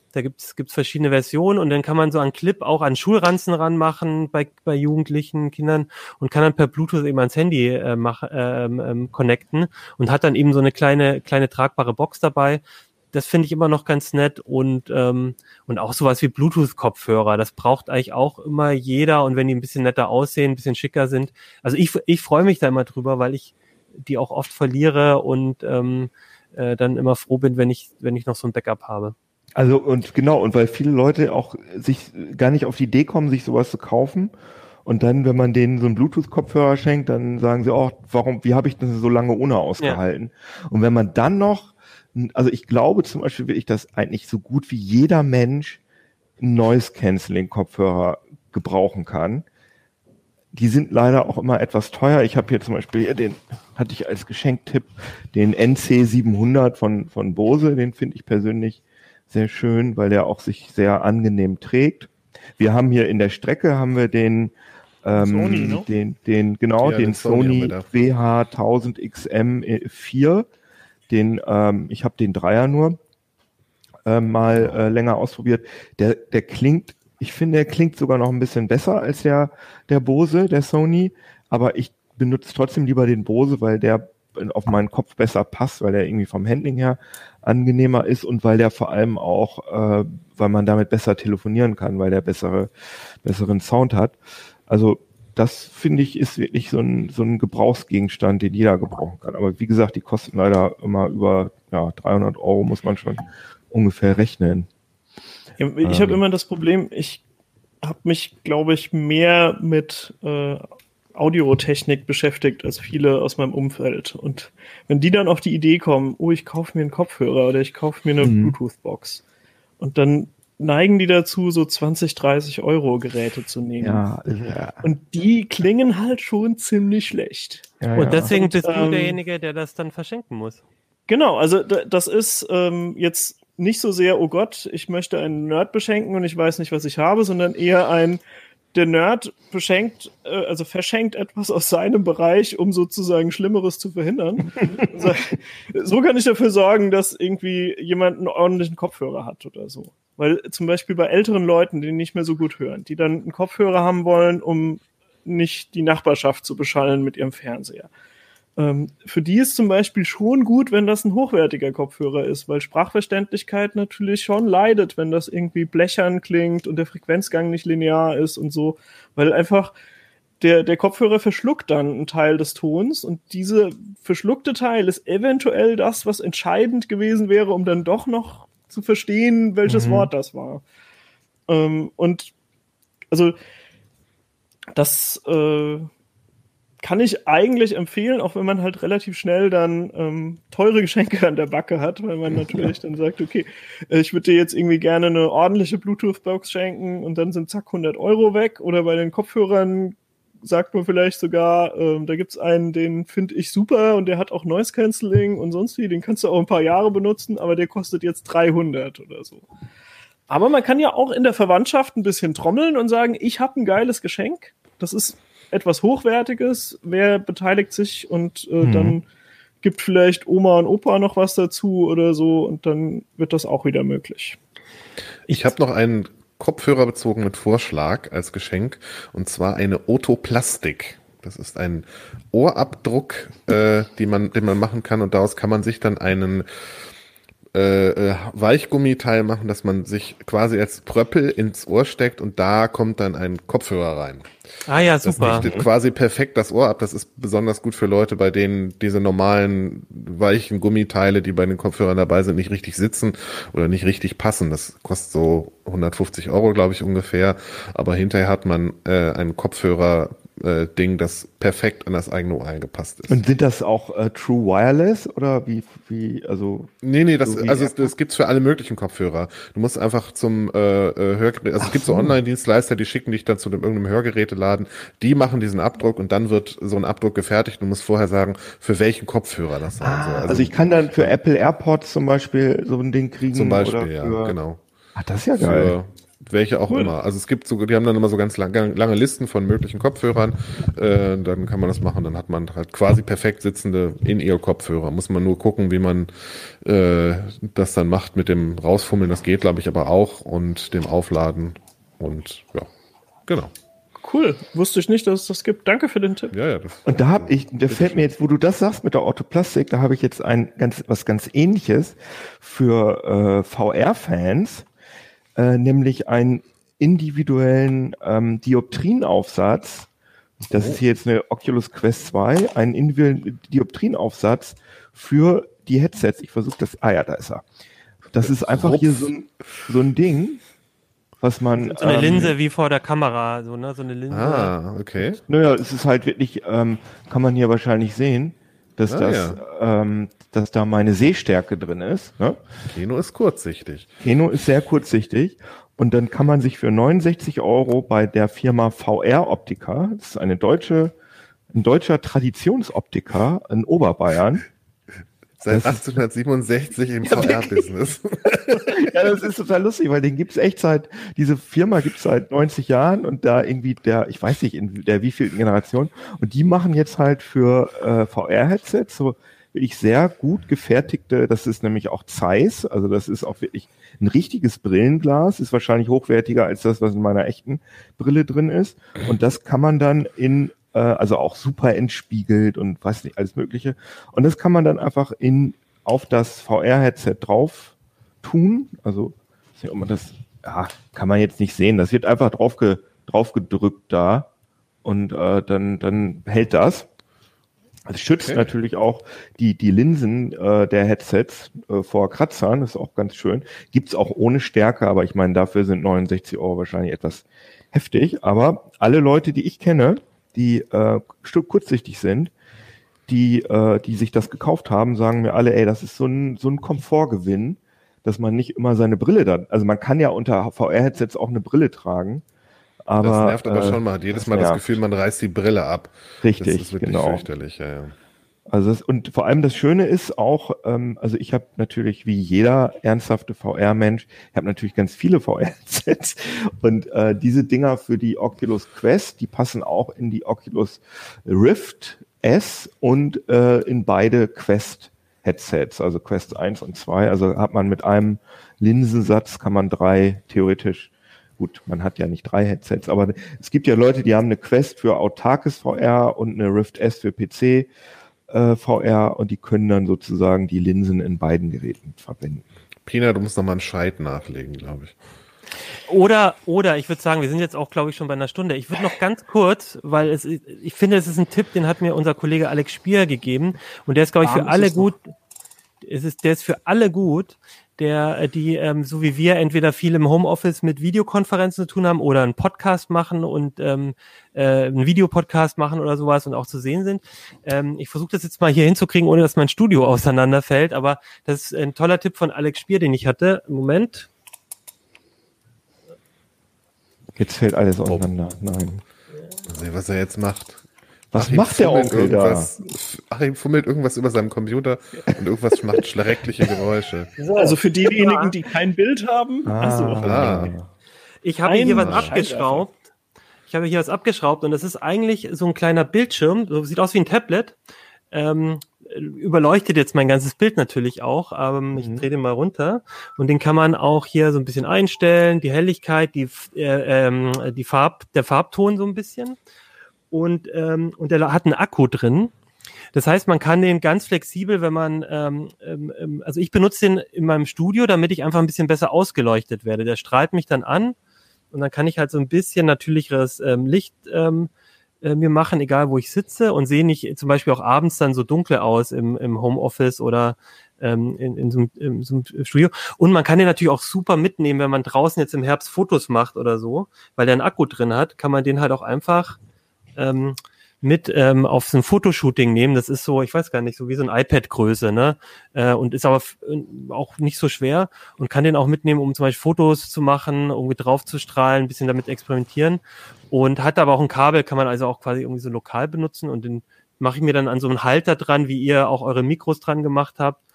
Da gibt's verschiedene Versionen und dann kann man so einen Clip auch an Schulranzen ranmachen bei jugendlichen Kindern und kann dann per Bluetooth eben ans Handy connecten und hat dann eben so eine kleine tragbare Box dabei. Das finde ich immer noch ganz nett und auch sowas wie Bluetooth-Kopfhörer. Das braucht eigentlich auch immer jeder und wenn die ein bisschen netter aussehen, ein bisschen schicker sind. Also ich freue mich da immer drüber, weil ich die auch oft verliere und dann immer froh bin, wenn ich noch so ein Backup habe. Also und genau, und weil viele Leute auch sich gar nicht auf die Idee kommen, sich sowas zu kaufen und dann, wenn man denen so einen Bluetooth-Kopfhörer schenkt, dann sagen sie, oh, wie habe ich das so lange ohne ausgehalten? Ja. Und wenn man dann noch, also ich glaube zum Beispiel wirklich, dass eigentlich so gut wie jeder Mensch einen Noise-Canceling-Kopfhörer gebrauchen kann. Die sind leider auch immer etwas teuer. Ich habe hier zum Beispiel, den hatte ich als Geschenktipp, den NC700 von Bose, den finde ich persönlich sehr schön, weil der auch sich sehr angenehm trägt. Wir haben hier in der Strecke haben wir den Sony, ne? den Sony WH-1000XM4. Ich habe den Dreier nur länger ausprobiert. Der klingt, ich finde, der klingt sogar noch ein bisschen besser als der Bose, der Sony. Aber ich benutze trotzdem lieber den Bose, weil der auf meinen Kopf besser passt, weil der irgendwie vom Handling her angenehmer ist und weil der vor allem auch, weil man damit besser telefonieren kann, weil der besseren Sound hat. Also das finde ich ist wirklich so ein Gebrauchsgegenstand, den jeder gebrauchen kann. Aber wie gesagt, die kosten leider immer über 300 Euro, muss man schon ungefähr rechnen. Ja, ich habe immer das Problem, ich habe mich, glaube ich, mehr mit Audiotechnik beschäftigt als viele aus meinem Umfeld. Und wenn die dann auf die Idee kommen, ich kaufe mir einen Kopfhörer oder ich kaufe mir eine Bluetooth-Box und dann neigen die dazu, so 20, 30 Euro Geräte zu nehmen. Ja. Und die klingen halt schon ziemlich schlecht. Ja, und deswegen bist du derjenige, der das dann verschenken muss. Genau, also das ist jetzt nicht so sehr, oh Gott, ich möchte einen Nerd beschenken und ich weiß nicht, was ich habe, sondern eher der Nerd verschenkt etwas aus seinem Bereich, um sozusagen Schlimmeres zu verhindern. So kann ich dafür sorgen, dass irgendwie jemand einen ordentlichen Kopfhörer hat oder so. Weil zum Beispiel bei älteren Leuten, die nicht mehr so gut hören, die dann einen Kopfhörer haben wollen, um nicht die Nachbarschaft zu beschallen mit ihrem Fernseher. Für die ist zum Beispiel schon gut, wenn das ein hochwertiger Kopfhörer ist, weil Sprachverständlichkeit natürlich schon leidet, wenn das irgendwie blechern klingt und der Frequenzgang nicht linear ist und so, weil einfach der Kopfhörer verschluckt dann einen Teil des Tons und diese verschluckte Teil ist eventuell das, was entscheidend gewesen wäre, um dann doch noch zu verstehen, welches Wort das war. Und also das kann ich eigentlich empfehlen, auch wenn man halt relativ schnell dann teure Geschenke an der Backe hat, weil man natürlich dann sagt, okay, ich würde dir jetzt irgendwie gerne eine ordentliche Bluetooth-Box schenken und dann sind zack 100 Euro weg. Oder bei den Kopfhörern sagt man vielleicht sogar, da gibt's einen, den finde ich super und der hat auch Noise Cancelling und sonst wie, den kannst du auch ein paar Jahre benutzen, aber der kostet jetzt 300 oder so. Aber man kann ja auch in der Verwandtschaft ein bisschen trommeln und sagen, ich habe ein geiles Geschenk, das ist etwas Hochwertiges, wer beteiligt sich und dann gibt vielleicht Oma und Opa noch was dazu oder so und dann wird das auch wieder möglich. Ich habe noch einen kopfhörerbezogenen Vorschlag als Geschenk und zwar eine Otoplastik. Das ist ein Ohrabdruck, den man machen kann und daraus kann man sich dann einen Weichgummiteil machen, dass man sich quasi als Pröppel ins Ohr steckt und da kommt dann ein Kopfhörer rein. Ah ja, super. Das dichtet quasi perfekt das Ohr ab. Das ist besonders gut für Leute, bei denen diese normalen weichen Gummiteile, die bei den Kopfhörern dabei sind, nicht richtig sitzen oder nicht richtig passen. Das kostet so 150 Euro, glaube ich, ungefähr. Aber hinterher hat man einen Kopfhörer Ding, das perfekt an das eigene Ohr eingepasst ist. Und sind das auch True Wireless oder wie also? Nee, das gibt's für alle möglichen Kopfhörer. Du musst einfach zum Hörgerät, also es gibt so Online-Dienstleister, die schicken dich dann zu irgendeinem Hörgeräteladen, die machen diesen Abdruck und dann wird so ein Abdruck gefertigt. Du musst vorher sagen, für welchen Kopfhörer das sein soll. Also ich kann dann für Apple AirPods zum Beispiel so ein Ding kriegen. Zum Beispiel, oder ja, genau. Ach, das ist ja geil. welche auch immer. Also es gibt so, die haben dann immer so ganz lange Listen von möglichen Kopfhörern. Dann kann man das machen. Dann hat man halt quasi perfekt sitzende In-Ear-Kopfhörer. Muss man nur gucken, wie man das dann macht mit dem Rausfummeln. Das geht, glaube ich, aber auch. Und dem Aufladen. Und ja, genau. Cool. Wusste ich nicht, dass es das gibt. Danke für den Tipp. Ja. Und da fällt mir jetzt, wo du das sagst mit der Orthoplastik, da habe ich jetzt was ganz Ähnliches für VR-Fans, nämlich einen individuellen Dioptrienaufsatz. Das ist hier jetzt eine Oculus Quest 2, einen individuellen Dioptrienaufsatz für die Headsets. Ich versuche das. Ah ja, da ist er. Das ist einfach hier so ein Ding, was man... So eine Linse wie vor der Kamera, so eine Linse. Ah, okay. Naja, es ist halt wirklich, kann man hier wahrscheinlich sehen, dass dass da meine Sehstärke drin ist. Ne? Keno ist kurzsichtig. Keno ist sehr kurzsichtig. Und dann kann man sich für 69 € bei der Firma VR Optica, das ist ein deutscher Traditionsoptiker in Oberbayern. Seit 1867 im VR-Business. Ja, das ist total lustig, weil diese Firma gibt's seit 90 Jahren und da irgendwie ich weiß nicht, in der wievielten Generation. Und die machen jetzt halt für VR-Headsets so wirklich sehr gut gefertigte, das ist nämlich auch Zeiss, also das ist auch wirklich ein richtiges Brillenglas, ist wahrscheinlich hochwertiger als das, was in meiner echten Brille drin ist. Und das kann man dann also auch super entspiegelt und weiß nicht, alles Mögliche. Und das kann man dann einfach auf das VR-Headset drauf tun. Also, ich weiß nicht, ob man das, kann man jetzt nicht sehen. Das wird einfach drauf gedrückt da und dann hält das. Es schützt natürlich auch die Linsen der Headsets vor Kratzern. Das ist auch ganz schön. Gibt's auch ohne Stärke, aber ich meine, dafür sind 69 € wahrscheinlich etwas heftig. Aber alle Leute, die ich kenne, die kurzsichtig sind, die sich das gekauft haben, sagen mir alle, das ist so ein Komfortgewinn, dass man nicht immer seine Brille also man kann ja unter VR-Headsets auch eine Brille tragen, aber das nervt aber schon mal. Jedes Mal das Gefühl, man reißt die Brille ab. Richtig, das ist wirklich fürchterlich, ja. Also und vor allem das Schöne ist auch, also ich habe natürlich wie jeder ernsthafte VR-Mensch, ich habe natürlich ganz viele VR-Sets und diese Dinger für die Oculus Quest, die passen auch in die Oculus Rift S und in beide Quest-Headsets, also Quest 1 und 2. Also hat man mit einem Linsensatz, kann man 3 theoretisch, gut, man hat ja nicht 3 Headsets, aber es gibt ja Leute, die haben eine Quest für autarkes VR und eine Rift S für PC. VR und die können dann sozusagen die Linsen in beiden Geräten verwenden. Pina, du musst noch mal einen Scheit nachlegen, glaube ich. Oder ich würde sagen, wir sind jetzt auch, glaube ich, schon bei einer Stunde. Ich würde noch ganz kurz, weil ich finde, es ist ein Tipp, den hat mir unser Kollege Alex Spier gegeben und der ist, glaube ich, für alle gut. Der ist für alle gut, die so wie wir entweder viel im Homeoffice mit Videokonferenzen zu tun haben oder einen Podcast machen und einen Videopodcast machen oder sowas und auch zu sehen sind. Ich versuche das jetzt mal hier hinzukriegen, ohne dass mein Studio auseinanderfällt, aber das ist ein toller Tipp von Alex Spier, den ich hatte. Moment. Jetzt fällt alles auseinander. Nein. Mal sehen, was er jetzt macht. Was macht der Onkel da? Achim fummelt irgendwas über seinem Computer und irgendwas macht schreckliche Geräusche. Also für diejenigen, die kein Bild haben. Ich habe hier was abgeschraubt. Und das ist eigentlich so ein kleiner Bildschirm. So sieht aus wie ein Tablet. Überleuchtet jetzt mein ganzes Bild natürlich auch. Ich drehe den mal runter. Und den kann man auch hier so ein bisschen einstellen. Die Helligkeit, der Farbton so ein bisschen. Und der hat einen Akku drin. Das heißt, man kann den ganz flexibel, wenn man, also ich benutze den in meinem Studio, damit ich einfach ein bisschen besser ausgeleuchtet werde. Der strahlt mich dann an und dann kann ich halt so ein bisschen natürlicheres Licht mir machen, egal wo ich sitze und sehe nicht zum Beispiel auch abends dann so dunkel aus im Homeoffice oder in so einem Studio. Und man kann den natürlich auch super mitnehmen, wenn man draußen jetzt im Herbst Fotos macht oder so, weil der einen Akku drin hat, kann man den halt auch einfach mit auf so ein Fotoshooting nehmen. Das ist so, ich weiß gar nicht, so wie so ein iPad-Größe, ne? Und ist aber auch nicht so schwer und kann den auch mitnehmen, um zum Beispiel Fotos zu machen, irgendwie drauf zu strahlen, ein bisschen damit experimentieren. Und hat aber auch ein Kabel, kann man also auch quasi irgendwie so lokal benutzen und den mache ich mir dann an so einen Halter dran, wie ihr auch eure Mikros dran gemacht habt.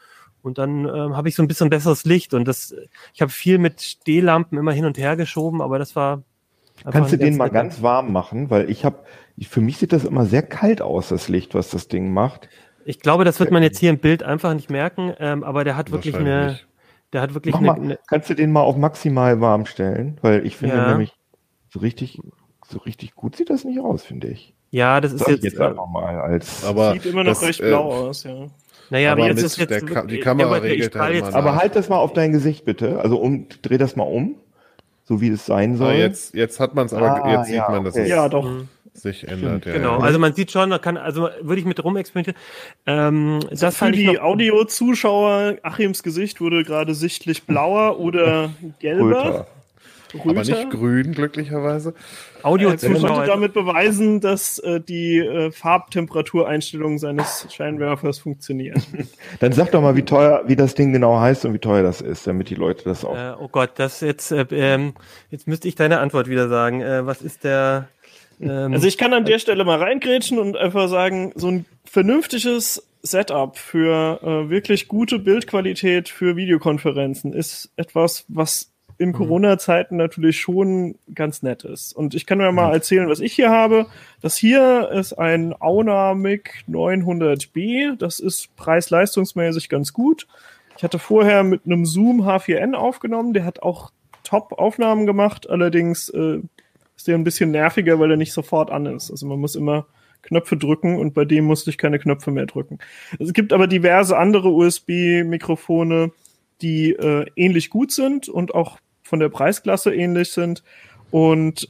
Und dann habe ich so ein bisschen besseres Licht und ich habe viel mit Stehlampen immer hin und her geschoben, aber das war Kannst du den mal ganz warm machen? Weil für mich sieht das immer sehr kalt aus, das Licht, was das Ding macht. Ich glaube, das wird man jetzt hier im Bild einfach nicht merken, aber der hat wirklich kannst du den mal auf maximal warm stellen? Weil ich finde nämlich, so richtig gut sieht das nicht aus, finde ich. Ja, das ist jetzt einfach mal aber sieht immer noch recht blau aus, ja. Naja, aber jetzt ist die Kamera regelt halt immer. Aber halt das mal auf dein Gesicht bitte. Also dreh das mal um, so wie es sein soll. Jetzt hat man es, aber jetzt sieht man, dass es sich ändert. Ja, genau, also man sieht schon, würde ich mit rumexperimentieren. Das für die Audio-Zuschauer, Achims Gesicht wurde gerade sichtlich blauer oder gelber. Röter. Aber nicht grün, glücklicherweise. Audio-Zuschauer konnte damit beweisen, dass die Farbtemperatureinstellungen seines Scheinwerfers funktionieren. Dann sag doch mal, wie das Ding genau heißt und wie teuer das ist, damit die Leute das auch... oh Gott, jetzt müsste ich deine Antwort wieder sagen. Was ist der... Also ich kann an der Stelle mal reingrätschen und einfach sagen, so ein vernünftiges Setup für wirklich gute Bildqualität für Videokonferenzen ist etwas, was in Corona-Zeiten natürlich schon ganz nett ist. Und ich kann mir mal erzählen, was ich hier habe. Das hier ist ein Aunamic 900B. Das ist preis-leistungsmäßig ganz gut. Ich hatte vorher mit einem Zoom H4n aufgenommen. Der hat auch Top-Aufnahmen gemacht. Allerdings ist der ein bisschen nerviger, weil er nicht sofort an ist. Also man muss immer Knöpfe drücken und bei dem musste ich keine Knöpfe mehr drücken. Es gibt aber diverse andere USB-Mikrofone, die ähnlich gut sind und auch von der Preisklasse ähnlich sind. Und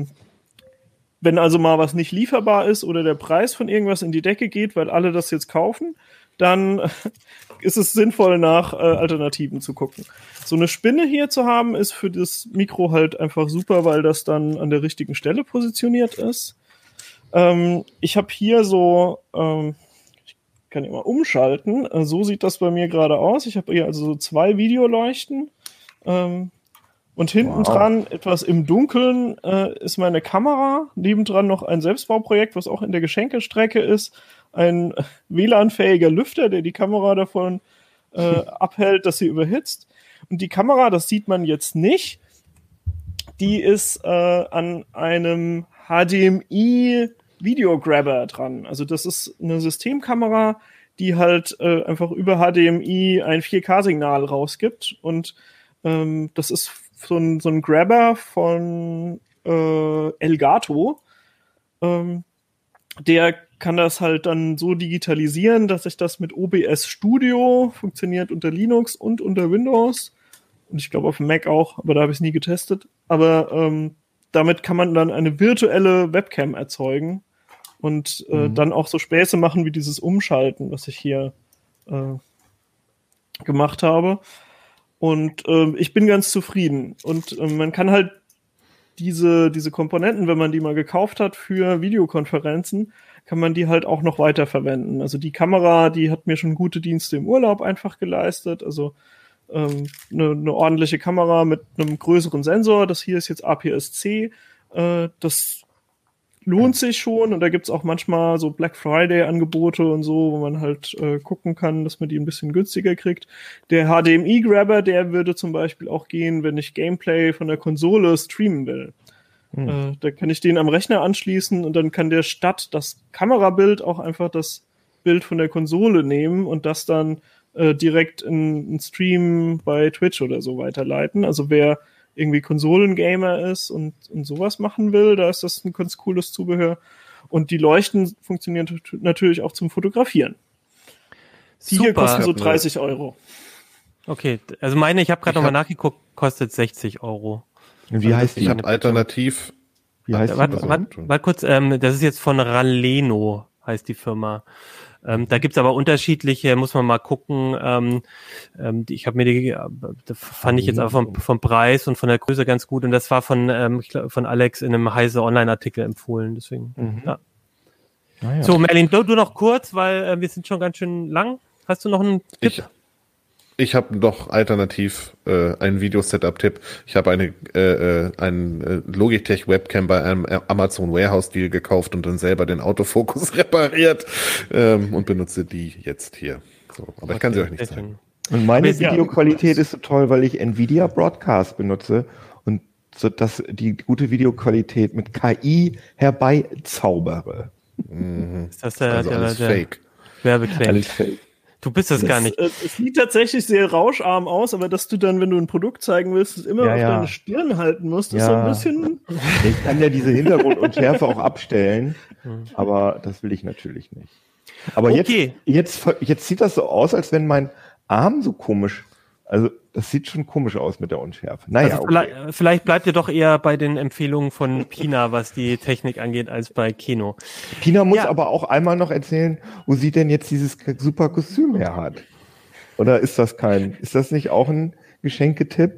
wenn also mal was nicht lieferbar ist oder der Preis von irgendwas in die Decke geht, weil alle das jetzt kaufen, dann ist es sinnvoll, nach Alternativen zu gucken. So eine Spinne hier zu haben, ist für das Mikro halt einfach super, weil das dann an der richtigen Stelle positioniert ist. Ich habe hier so... ich kann immer umschalten. So sieht das bei mir gerade aus. Ich habe hier also so 2 Videoleuchten. Und hinten dran, etwas im Dunkeln, ist meine Kamera. Nebendran noch ein Selbstbauprojekt, was auch in der Geschenkestrecke ist. Ein WLAN-fähiger Lüfter, der die Kamera davon abhält, dass sie überhitzt. Und die Kamera, das sieht man jetzt nicht, die ist an einem HDMI-Videograbber dran. Also das ist eine Systemkamera, die halt einfach über HDMI ein 4K-Signal rausgibt. Und das ist so ein Grabber von Elgato. Der kann das halt dann so digitalisieren, dass ich das mit OBS Studio, funktioniert unter Linux und unter Windows. Und ich glaube auf dem Mac auch, aber da habe ich es nie getestet. Aber damit kann man dann eine virtuelle Webcam erzeugen und dann auch so Späße machen wie dieses Umschalten, was ich hier gemacht habe. Und ich bin ganz zufrieden. Und man kann halt diese Komponenten, wenn man die mal gekauft hat für Videokonferenzen, kann man die halt auch noch weiter verwenden. Also die Kamera, die hat mir schon gute Dienste im Urlaub einfach geleistet. Also eine ordentliche Kamera mit einem größeren Sensor. Das hier ist jetzt APS-C. Das lohnt sich schon. Und da gibt's auch manchmal so Black Friday-Angebote und so, wo man halt gucken kann, dass man die ein bisschen günstiger kriegt. Der HDMI-Grabber, der würde zum Beispiel auch gehen, wenn ich Gameplay von der Konsole streamen will. Da kann ich den am Rechner anschließen und dann kann der statt das Kamerabild auch einfach das Bild von der Konsole nehmen und das dann direkt in Stream bei Twitch oder so weiterleiten. Also wer irgendwie Konsolengamer ist und sowas machen will, da ist das ein ganz cooles Zubehör. Und die Leuchten funktionieren natürlich auch zum Fotografieren. Die hier kosten so 30 Euro. Okay, also ich habe gerade nochmal nachgeguckt, kostet 60 Euro. Wie heißt die? Ich habe alternativ... Wie heißt die? Warte kurz, das ist jetzt von Raleno, heißt die Firma. Da gibt's aber unterschiedliche, muss man mal gucken. Ich habe mir da fand ich jetzt aber vom Preis und von der Größe ganz gut. Und das war von Alex in einem Heise Online-Artikel empfohlen. Deswegen, ja. Ah, ja. So, Merlin, du noch kurz, weil wir sind schon ganz schön lang. Hast du noch einen Tipp? Ich habe noch alternativ einen Video-Setup-Tipp. Ich habe einen Logitech-Webcam bei einem Amazon Warehouse-Deal gekauft und dann selber den Autofokus repariert und benutze die jetzt hier. So, aber ich kann sie euch nicht zeigen. Und meine Videoqualität ist so toll, weil ich Nvidia Broadcast benutze und so, dass die gute Videoqualität mit KI herbeizaubere. Ist das alles Fake. Werbeclaim? Alles fake. Du bist das gar nicht. Es sieht tatsächlich sehr rauscharm aus, aber dass du dann, wenn du ein Produkt zeigen willst, es immer auf deine Stirn halten musst, ist so ein bisschen... Ich kann ja diese Hintergrundunschärfe auch abstellen, aber das will ich natürlich nicht. Aber jetzt sieht das so aus, als wenn mein Arm so komisch... Also das sieht schon komisch aus mit der Unschärfe. Naja, also vielleicht bleibt ihr doch eher bei den Empfehlungen von Pina, was die Technik angeht, als bei Keno. Pina muss aber auch einmal noch erzählen, wo sie denn jetzt dieses super Kostüm her hat. Oder ist das nicht auch ein Geschenketipp?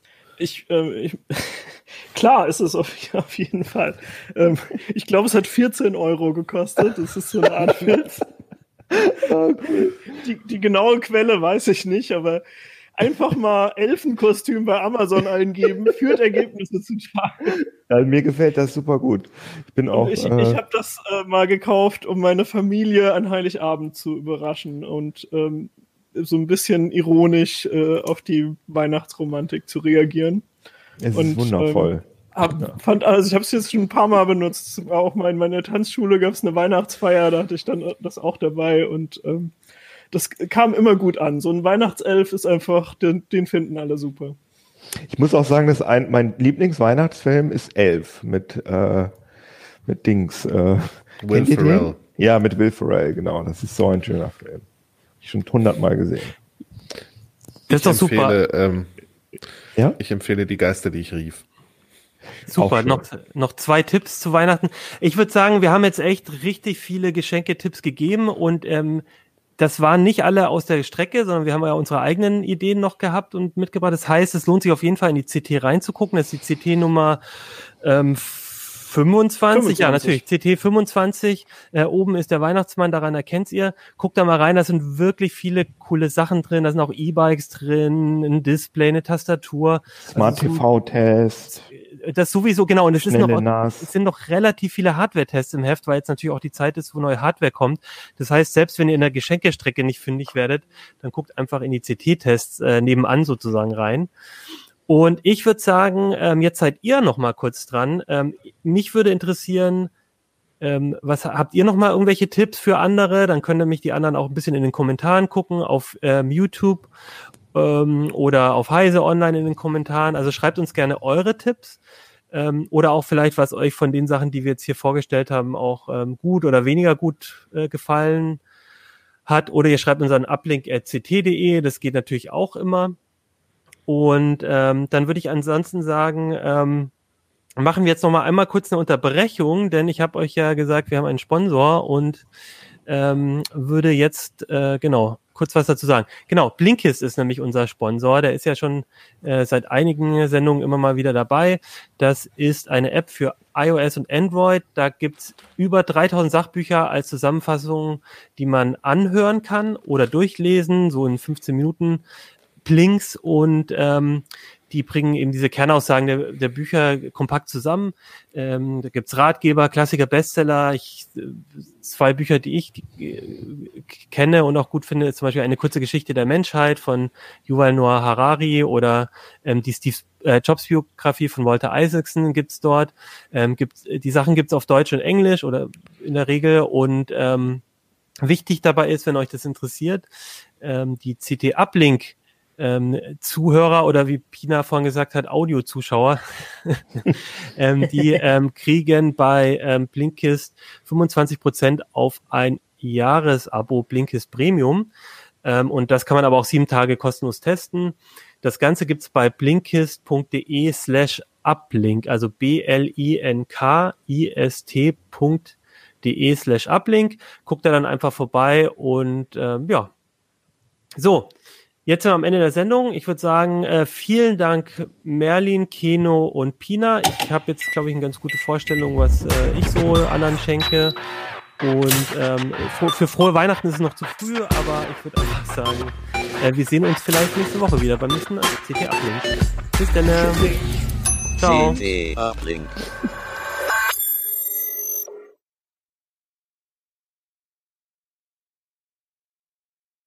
Klar ist es auf jeden Fall. Ich glaube, es hat 14 € gekostet. Das ist so eine Art Filz. Okay. Die genaue Quelle weiß ich nicht, aber einfach mal Elfenkostüm bei Amazon eingeben, führt Ergebnisse zutage. Ja, mir gefällt das super gut. Ich habe das mal gekauft, um meine Familie an Heiligabend zu überraschen und so ein bisschen ironisch auf die Weihnachtsromantik zu reagieren. Es ist wundervoll. Ich habe es jetzt schon ein paar Mal benutzt. Auch mal in meiner Tanzschule gab es eine Weihnachtsfeier, da hatte ich dann das auch dabei und das kam immer gut an. So ein Weihnachtself ist einfach, den finden alle super. Ich muss auch sagen, dass mein Lieblingsweihnachtsfilm ist Elf mit Dings. Will Ferrell. Ja, mit Will Ferrell, genau. Das ist so ein schöner Film. Ich schon 100-mal gesehen. Das ist doch super. Ich empfehle Die Geister, die ich rief. Super, noch 2 Tipps zu Weihnachten. Ich würde sagen, wir haben jetzt echt richtig viele Geschenketipps gegeben und das waren nicht alle aus der Strecke, sondern wir haben ja unsere eigenen Ideen noch gehabt und mitgebracht. Das heißt, es lohnt sich auf jeden Fall in die CT reinzugucken. Das ist die CT-Nummer 25. Ja, natürlich, CT 25. Oben ist der Weihnachtsmann, daran erkennt ihr. Guckt da mal rein, da sind wirklich viele coole Sachen drin. Da sind auch E-Bikes drin, ein Display, eine Tastatur. Smart-TV-Test. Das sowieso, genau. Und es sind noch relativ viele Hardware-Tests im Heft, weil jetzt natürlich auch die Zeit ist, wo neue Hardware kommt. Das heißt, selbst wenn ihr in der Geschenkestrecke nicht fündig werdet, dann guckt einfach in die CT-Tests nebenan sozusagen rein. Und ich würde sagen, jetzt seid ihr noch mal kurz dran. Mich würde interessieren, was habt ihr noch mal irgendwelche Tipps für andere? Dann können nämlich die anderen auch ein bisschen in den Kommentaren gucken, auf YouTube oder auf Heise Online in den Kommentaren. Also schreibt uns gerne eure Tipps oder auch vielleicht, was euch von den Sachen, die wir jetzt hier vorgestellt haben, auch gut oder weniger gut gefallen hat. Oder ihr schreibt uns an uplink@ct.de, das geht natürlich auch immer. Und dann würde ich ansonsten sagen, machen wir jetzt noch mal einmal kurz eine Unterbrechung, denn ich habe euch ja gesagt, wir haben einen Sponsor und würde jetzt kurz was dazu sagen. Genau, Blinkist ist nämlich unser Sponsor, der ist ja schon seit einigen Sendungen immer mal wieder dabei. Das ist eine App für iOS und Android. Da gibt's über 3000 Sachbücher als Zusammenfassung, die man anhören kann oder durchlesen, so in 15 Minuten Blinks und die bringen eben diese Kernaussagen der Bücher kompakt zusammen. Da gibt's Ratgeber, Klassiker, Bestseller. 2 Bücher, die ich kenne und auch gut finde, ist zum Beispiel Eine kurze Geschichte der Menschheit von Yuval Noah Harari oder die Steve Jobs Biografie von Walter Isaacson gibt's dort. Die Sachen gibt's auf Deutsch und Englisch oder in der Regel und wichtig dabei ist, wenn euch das interessiert, die CT Uplink Zuhörer oder wie Pina vorhin gesagt hat, Audio-Zuschauer, die kriegen bei Blinkist 25% auf ein Jahresabo Blinkist Premium und das kann man aber auch 7 Tage kostenlos testen. Das Ganze gibt's bei blinkist.de/uplink, also blinkist.de/uplink. Guckt da dann einfach vorbei und so. Jetzt sind wir am Ende der Sendung. Ich würde sagen, vielen Dank Merlin, Keno und Pina. Ich habe jetzt, glaube ich, eine ganz gute Vorstellung, was ich so anderen schenke. Und für frohe Weihnachten ist es noch zu früh, aber ich würde einfach sagen, wir sehen uns vielleicht nächste Woche wieder beim nächsten CT Uplink. Bis dann. Ciao. CT Uplink.